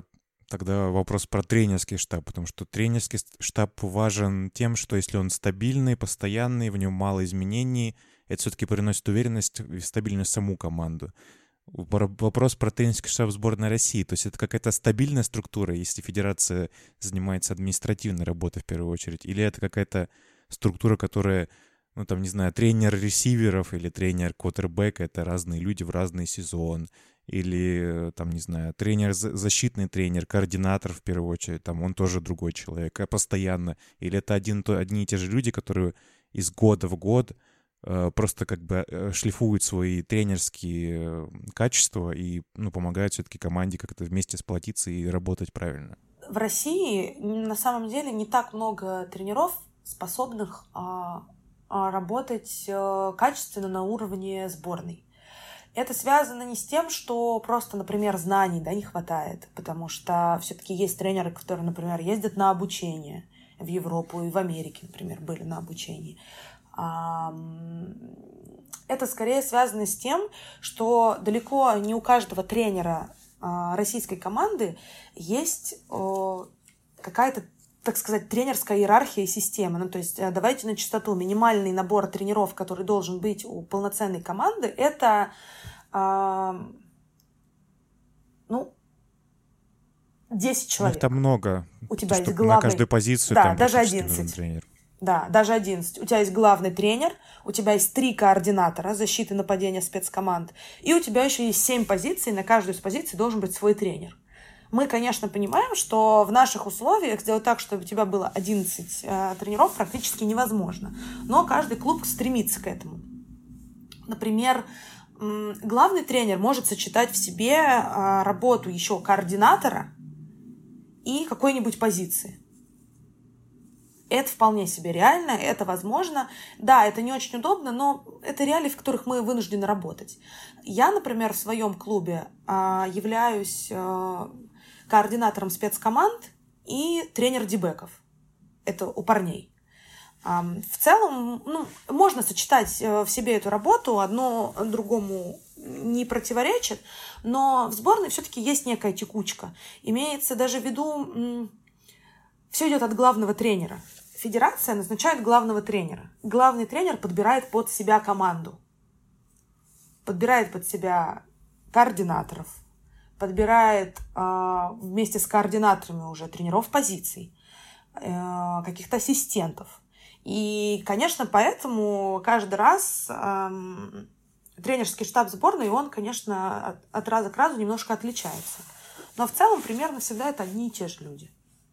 Тогда вопрос про тренерский штаб, потому что тренерский штаб важен тем, что если он стабильный, постоянный, в нем мало изменений, это все-таки приносит уверенность и стабильность в саму команду. Вопрос про тренерский штаб сборной России. То есть это какая-то стабильная структура, если федерация занимается административной работой в первую очередь, или это какая-то структура, которая, ну там, не знаю, тренер ресиверов или тренер квотербека — это разные люди в разный сезон, или там, не знаю, тренер, защитный тренер, координатор в первую очередь, там он тоже другой человек, а постоянно, или это один, то, одни и те же люди, которые из года в год просто как бы шлифуют свои тренерские качества и, ну, помогают все-таки команде как-то вместе сплотиться и работать правильно. В России на самом деле не так много тренеров, способных а, а, работать а, качественно на уровне сборной. Это связано не с тем, что просто, например, знаний, да, не хватает, потому что все-таки есть тренеры, которые, например, ездят на обучение в Европу и в Америке, например, были на обучении. Это скорее связано с тем, что далеко не у каждого тренера российской команды есть какая-то, так сказать, тренерская иерархия и система. Ну, то есть давайте на чистоту. Минимальный набор тренеров, который должен быть у полноценной команды, это ну, десять человек. Это много. У тебя есть главный... На каждую позицию да, там даже одиннадцать. Тренер. Да, даже одиннадцать. У тебя есть главный тренер, у тебя есть три координатора защиты, нападения, спецкоманд, и у тебя еще есть семь позиций, на каждую из позиций должен быть свой тренер. Мы, конечно, понимаем, что в наших условиях сделать так, чтобы у тебя было одиннадцать э, тренеров, практически невозможно. Но каждый клуб стремится к этому. Например, э, главный тренер может сочетать в себе э, работу еще координатора и какой-нибудь позиции. Это вполне себе реально, это возможно. Да, это не очень удобно, но это реалии, в которых мы вынуждены работать. Я, например, в своем клубе э, являюсь э, координатором спецкоманд и тренер дебеков. Это у парней. Э, в целом, ну, можно сочетать в себе эту работу, одно другому не противоречит, но в сборной все-таки есть некая текучка. Имеется даже в виду, м- все идет от главного тренера. Федерация назначает главного тренера. Главный тренер подбирает под себя команду. Подбирает под себя координаторов. Подбирает э, вместе с координаторами уже тренеров позиций. Э, каких-то ассистентов. И, конечно, поэтому каждый раз э, тренерский штаб сборной, он, конечно, от, от раза к разу немножко отличается. Но в целом примерно всегда это одни и те же люди.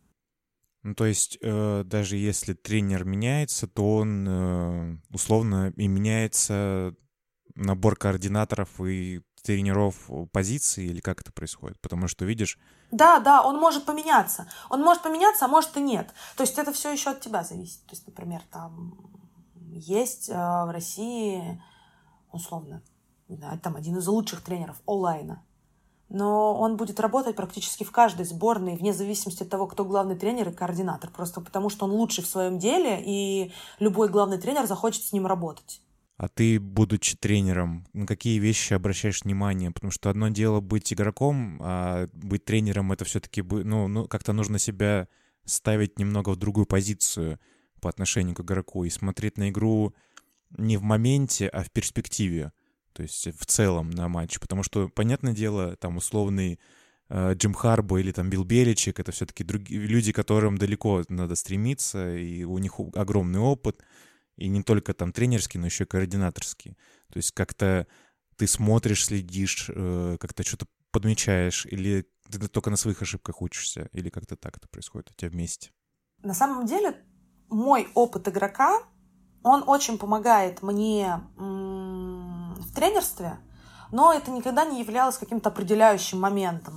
Ну, то есть э, даже если тренер меняется, то он э, условно и меняется набор координаторов и тренеров позиции, или как это происходит? Потому что, видишь... Да, да, он может поменяться. Он может поменяться, а может и нет. То есть это все еще от тебя зависит. То есть, например, там есть э, в России, условно, не знаю, там один из лучших тренеров онлайна. Но он будет работать практически в каждой сборной, вне зависимости от того, кто главный тренер и координатор. Просто потому, что он лучший в своем деле, и любой главный тренер захочет с ним работать. А ты, будучи тренером, на какие вещи обращаешь внимание? Потому что одно дело быть игроком, а быть тренером — это все-таки, ну, ну, как-то нужно себя ставить немного в другую позицию по отношению к игроку и смотреть на игру не в моменте, а в перспективе. То есть в целом на матч. Потому что, понятное дело, там условный э, Джим Харбо или там Билл Беличек — это все-таки другие люди, которым далеко надо стремиться, и у них огромный опыт. И не только там тренерский, но еще и координаторский. То есть как-то ты смотришь, следишь, э, как-то что-то подмечаешь, или ты только на своих ошибках учишься, или как-то так это происходит у тебя вместе? На самом деле мой опыт игрока, он очень помогает мне м- в тренерстве, но это никогда не являлось каким-то определяющим моментом.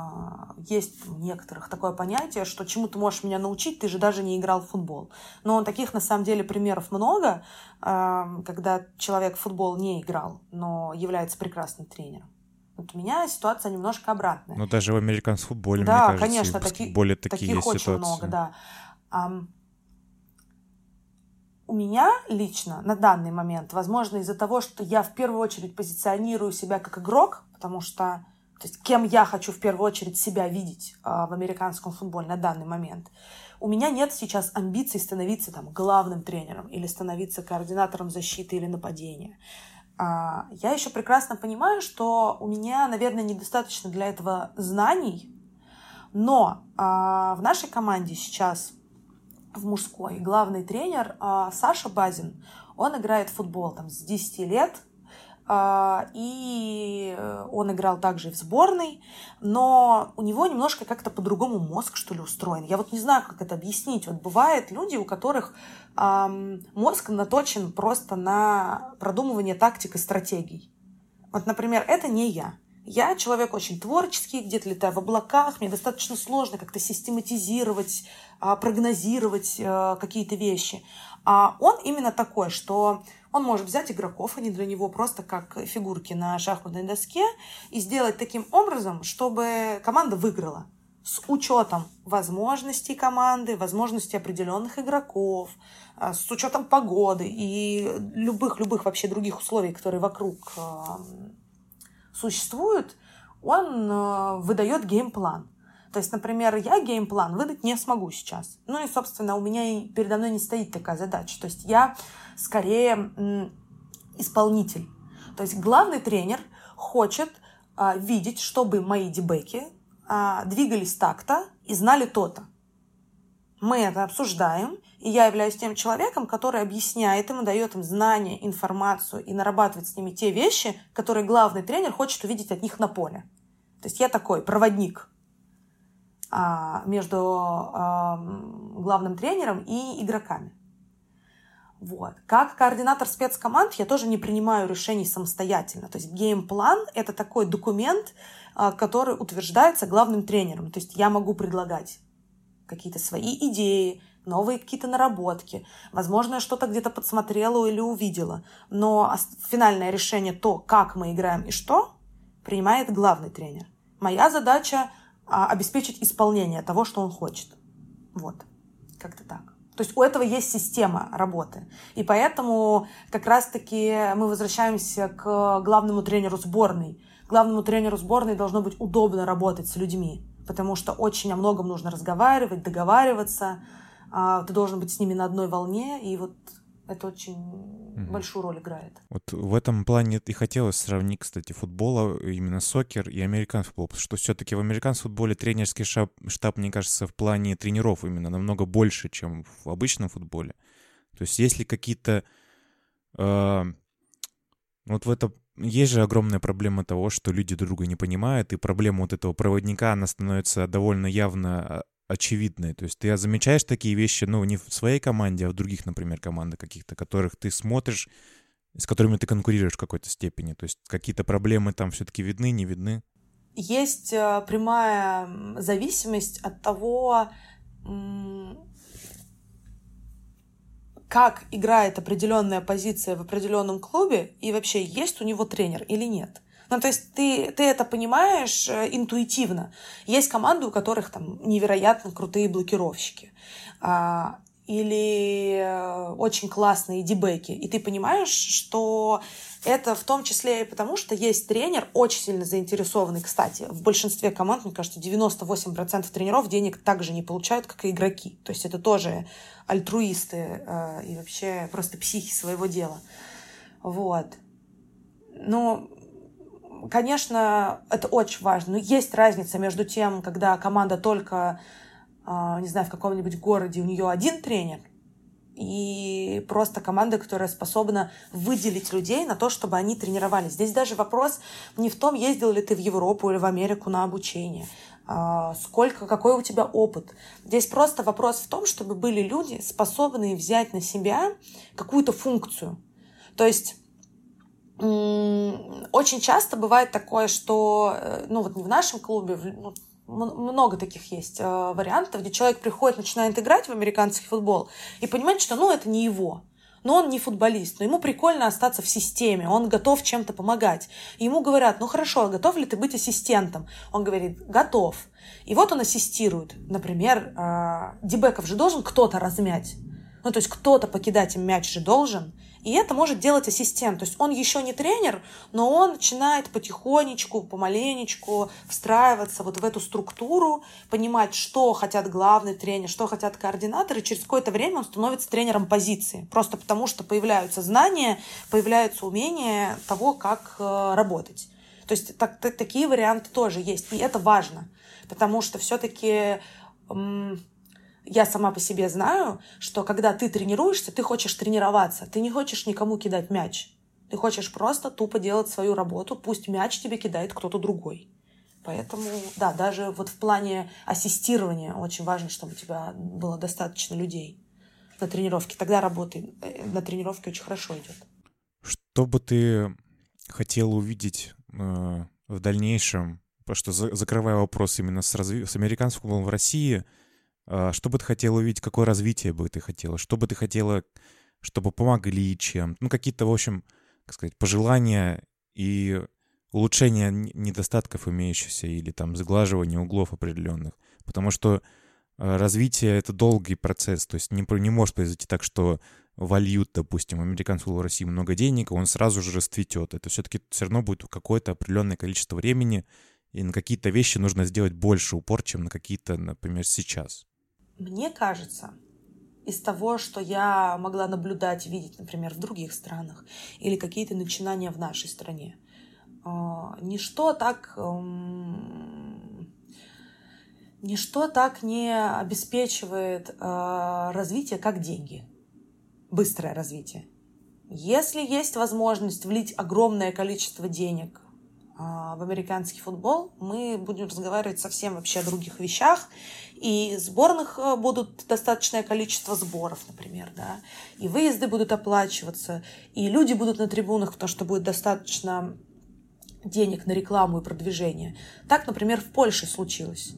Есть у некоторых такое понятие, что чему ты можешь меня научить, ты же даже не играл в футбол. Но таких на самом деле примеров много, когда человек в футбол не играл, но является прекрасным тренером. Вот у меня ситуация немножко обратная. Ну даже в американском футболе, да, мне кажется, конечно, в таки, баскетболе такие таких есть очень ситуации. много, да. Um, у меня лично на данный момент, возможно, из-за того, что я в первую очередь позиционирую себя как игрок, потому что то есть кем я хочу в первую очередь себя видеть а, в американском футболе на данный момент. У меня нет сейчас амбиций становиться там главным тренером или становиться координатором защиты или нападения. А, я еще прекрасно понимаю, что у меня, наверное, недостаточно для этого знаний, но а, в нашей команде сейчас в мужской главный тренер а, Саша Базин, он играет в футбол там с десяти лет, и он играл также и в сборной, но у него немножко как-то по-другому мозг, что ли, устроен. Я вот не знаю, как это объяснить. Вот бывают люди, у которых эм, мозг наточен просто на продумывание тактик и стратегий. Вот, например, это не я. Я человек очень творческий, где-то летаю в облаках, мне достаточно сложно как-то систематизировать, прогнозировать какие-то вещи. А он именно такой, что он может взять игроков, они для него просто как фигурки на шахматной доске, и сделать таким образом, чтобы команда выиграла. С учетом возможностей команды, возможностей определенных игроков, с учетом погоды и любых-любых вообще других условий, которые вокруг существуют, он выдает геймплан. То есть, например, я геймплан выдать не смогу сейчас. Ну и, собственно, у меня и передо мной не стоит такая задача. То есть я скорее м, исполнитель. То есть главный тренер хочет а, видеть, чтобы мои дебеки а, двигались так-то и знали то-то. Мы это обсуждаем, и я являюсь тем человеком, который объясняет им, дает им знания, информацию и нарабатывает с ними те вещи, которые главный тренер хочет увидеть от них на поле. То есть я такой проводник между главным тренером и игроками. Вот. Как координатор спецкоманд я тоже не принимаю решений самостоятельно. То есть геймплан – это такой документ, который утверждается главным тренером. То есть я могу предлагать какие-то свои идеи, новые какие-то наработки. Возможно, я что-то где-то подсмотрела или увидела. Но финальное решение, то, как мы играем и что, принимает главный тренер. Моя задача обеспечить исполнение того, что он хочет. Вот. Как-то так. То есть у этого есть система работы. И поэтому как раз-таки мы возвращаемся к главному тренеру сборной. Главному тренеру сборной должно быть удобно работать с людьми, потому что очень о многом нужно разговаривать, договариваться. Ты должен быть с ними на одной волне, и вот это очень mm-hmm. большую роль играет. Вот в этом плане и хотелось сравнить, кстати, футбол, именно сокер и американский футбол, потому что все-таки в американском футболе тренерский штаб, штаб, мне кажется, в плане тренеров именно намного больше, чем в обычном футболе. То есть есть ли какие-то... Э, вот в это... Есть же огромная проблема того, что люди друг друга не понимают, и проблема вот этого проводника, она становится довольно явно очевидной. То есть ты замечаешь такие вещи, ну, не в своей команде, а в других, например, командах каких-то, которых ты смотришь, с которыми ты конкурируешь в какой-то степени. То есть какие-то проблемы там все-таки видны, не видны? Есть прямая зависимость от того, как играет определенная позиция в определенном клубе, и вообще есть у него тренер или нет. Ну, то есть ты, ты это понимаешь интуитивно. Есть команды, у которых там невероятно крутые блокировщики. А, или очень классные дебеки. И ты понимаешь, что это в том числе и потому, что есть тренер, очень сильно заинтересованный. Кстати, в большинстве команд, мне кажется, девяносто восемь процентов тренеров денег также не получают, как и игроки. То есть это тоже альтруисты а, и вообще просто психи своего дела. Вот. Но... Конечно, это очень важно, но есть разница между тем, когда команда только, не знаю, в каком-нибудь городе у нее один тренер, и просто команда, которая способна выделить людей на то, чтобы они тренировались. Здесь даже вопрос не в том, ездил ли ты в Европу или в Америку на обучение, сколько, какой у тебя опыт. Здесь просто вопрос в том, чтобы были люди, способные взять на себя какую-то функцию. То есть очень часто бывает такое, что, ну вот в нашем клубе ну, много таких есть э, вариантов, где человек приходит, начинает играть в американский футбол и понимает, что ну это не его, но он не футболист, но ему прикольно остаться в системе, он готов чем-то помогать. И ему говорят, ну хорошо, а готов ли ты быть ассистентом? Он говорит, готов. И вот он ассистирует. Например, э, дебеков же должен кто-то размять. Ну, то есть кто-то покидать им мяч же должен. И это может делать ассистент. То есть он еще не тренер, но он начинает потихонечку, помаленечку встраиваться вот в эту структуру, понимать, что хотят главный тренер, что хотят координаторы. И через какое-то время он становится тренером позиции. Просто потому, что появляются знания, появляются умения того, как э, работать. То есть так, так, такие варианты тоже есть. И это важно. Потому что все-таки... М- Я сама по себе знаю, что когда ты тренируешься, ты хочешь тренироваться. Ты не хочешь никому кидать мяч. Ты хочешь просто тупо делать свою работу. Пусть мяч тебе кидает кто-то другой. Поэтому, да, даже вот в плане ассистирования очень важно, чтобы у тебя было достаточно людей на тренировке. Тогда работа на тренировке очень хорошо идет. Что бы ты хотела увидеть э, в дальнейшем, потому что, за, закрывая вопрос именно с, разви- с американским футболом в России, что бы ты хотела увидеть, какое развитие бы ты хотела? Что бы ты хотела, чтобы помогли чем? Ну, какие-то, в общем, как сказать, пожелания и улучшения недостатков имеющихся или там сглаживания углов определенных. Потому что развитие — это долгий процесс. То есть не, не может произойти так, что вольют, допустим, американский футбол в России много денег, и он сразу же расцветет. Это все-таки все равно будет какое-то определенное количество времени, и на какие-то вещи нужно сделать больше упор, чем на какие-то, например, сейчас. Мне кажется, из того, что я могла наблюдать и видеть, например, в других странах, или какие-то начинания в нашей стране, ничто так, ничто так не обеспечивает развитие, как деньги. Быстрое развитие. Если есть возможность влить огромное количество денег в американский футбол, мы будем разговаривать совсем вообще о других вещах, и сборных будут достаточное количество сборов, например, да, и выезды будут оплачиваться, и люди будут на трибунах, потому что будет достаточно денег на рекламу и продвижение. Так, например, в Польше случилось.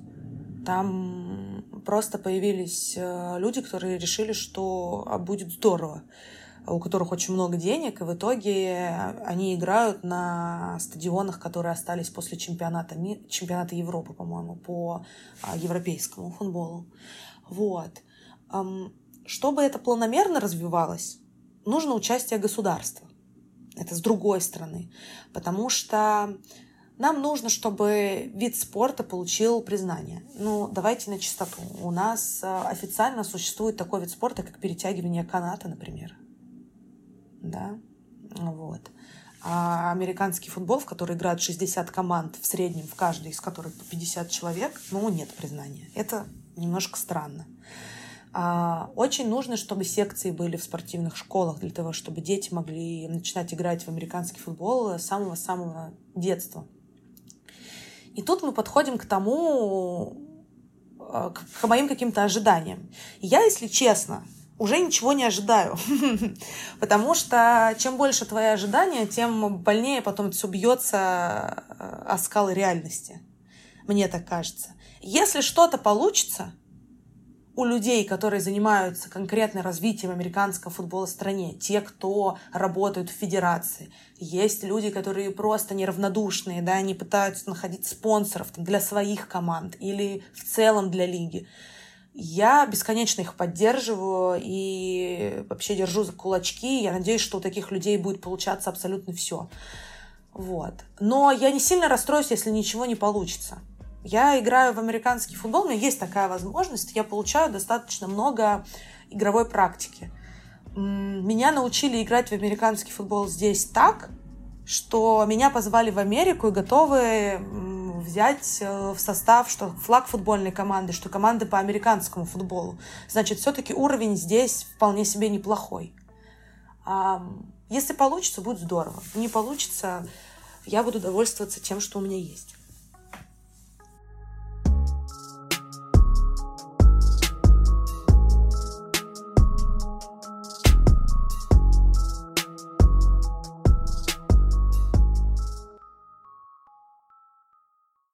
Там просто появились люди, которые решили, что будет здорово, у которых очень много денег, и в итоге они играют на стадионах, которые остались после чемпионата, чемпионата Европы, по-моему, по европейскому футболу. Вот. Чтобы это планомерно развивалось, нужно участие государства. Это с другой стороны. Потому что нам нужно, чтобы вид спорта получил признание. Ну, давайте на чистоту. У нас официально существует такой вид спорта, как перетягивание каната, например. Да, вот. А американский футбол, в который играют шестьдесят команд в среднем, в каждой из которых по пятьдесят человек, ну, нет признания. Это немножко странно. А, очень нужно, чтобы секции были в спортивных школах для того, чтобы дети могли начинать играть в американский футбол с самого-самого детства. И тут мы подходим к тому, к моим каким-то ожиданиям. Я, если честно, уже ничего не ожидаю. Потому что чем больше твои ожидания, тем больнее потом это все бьется о скалы реальности. Мне так кажется. Если что-то получится у людей, которые занимаются конкретно развитием американского футбола в стране, те, кто работают в федерации, есть люди, которые просто неравнодушные, да, они пытаются находить спонсоров там, для своих команд или в целом для лиги. Я бесконечно их поддерживаю и вообще держу за кулачки. Я надеюсь, что у таких людей будет получаться абсолютно все. Вот. Но я не сильно расстроюсь, если ничего не получится. Я играю в американский футбол, у меня есть такая возможность. Я получаю достаточно много игровой практики. Меня научили играть в американский футбол здесь так, что меня позвали в Америку и готовы взять в состав, что флаг футбольной команды, что команды по американскому футболу. Значит, все-таки уровень здесь вполне себе неплохой. Если получится, будет здорово. Не получится, я буду довольствоваться тем, что у меня есть.